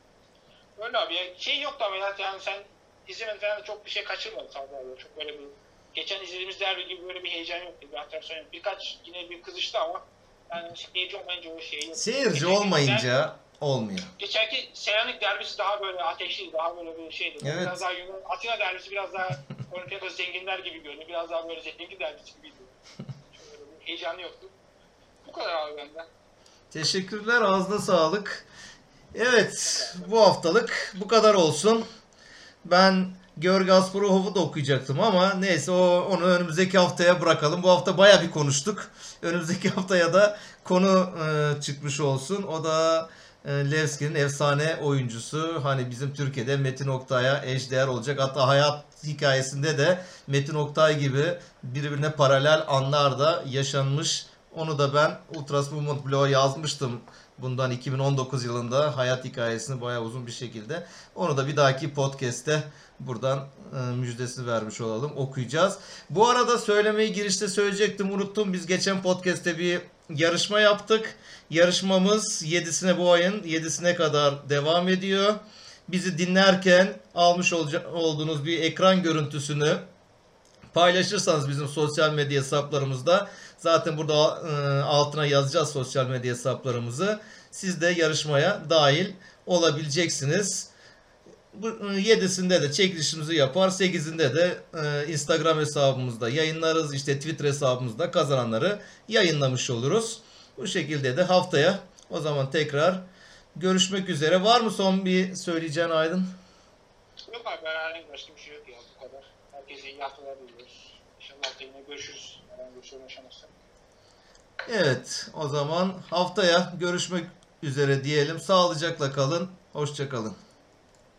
Öyle abi ya. Şey yoktu ama yani sen izlemedin falan da çok bir şey kaçırmadın Sağda. Çok böyle bir geçen izlediğimiz derbi gibi böyle bir heyecan yoktu. Bir atraksiyon yok. Birkaç yine bir kızıştı ama yani seyirci olmayınca o şey yok. Seyirci olmayınca olmuyor. Geçenki Selanik derbisi daha böyle ateşli, daha böyle bir şeydi. Evet. Biraz daha Yunan, Atina derbisi biraz daha Olympiakos zenginler gibi görünüyor. Biraz daha böyle zengin derbisi gibiydi. Şöyle bir heyecanı yoktu. Bu kadar abi benden. Teşekkürler, ağzına sağlık. Evet, bu haftalık bu kadar olsun. Ben Georgi Asparuhov'u da okuyacaktım ama neyse onu önümüzdeki haftaya bırakalım. Bu hafta baya bir konuştuk. Önümüzdeki haftaya da konu çıkmış olsun. O da Levski'nin efsane oyuncusu. Hani bizim Türkiye'de Metin Oktay'a eşdeğer olacak. Hatta hayat hikayesinde de Metin Oktay gibi birbirine paralel anlar da yaşanmış. Onu da ben Ultras Movement blog'a yazmıştım. Bundan 2019 yılında hayat hikayesini bayağı uzun bir şekilde. Onu da bir dahaki podcast'te buradan müjdesini vermiş olalım. Okuyacağız. Bu arada söylemeyi girişte söyleyecektim. Unuttum. Biz geçen podcast'te bir yarışma yaptık. Yarışmamız 7'sine bu ayın 7'sine kadar devam ediyor. Bizi dinlerken almış olduğunuz bir ekran görüntüsünü paylaşırsanız bizim sosyal medya hesaplarımızda, zaten burada altına yazacağız sosyal medya hesaplarımızı, siz de yarışmaya dahil olabileceksiniz. Bu 7'sinde de çekilişimizi yapar, 8'inde de Instagram hesabımızda yayınlarız, işte Twitter hesabımızda kazananları yayınlamış oluruz. Bu şekilde de haftaya o zaman tekrar görüşmek üzere. Var mı son bir söyleyeceğin Aydın? Yok abi herhangi başka bir şey yok ya bu kadar. Herkese iyi haftalar diliyoruz. İnşallah yine görüşürüz. Herhangi bir sorun yaşamazsak. Evet, o zaman haftaya görüşmek üzere diyelim. Sağlıcakla kalın, hoşça kalın.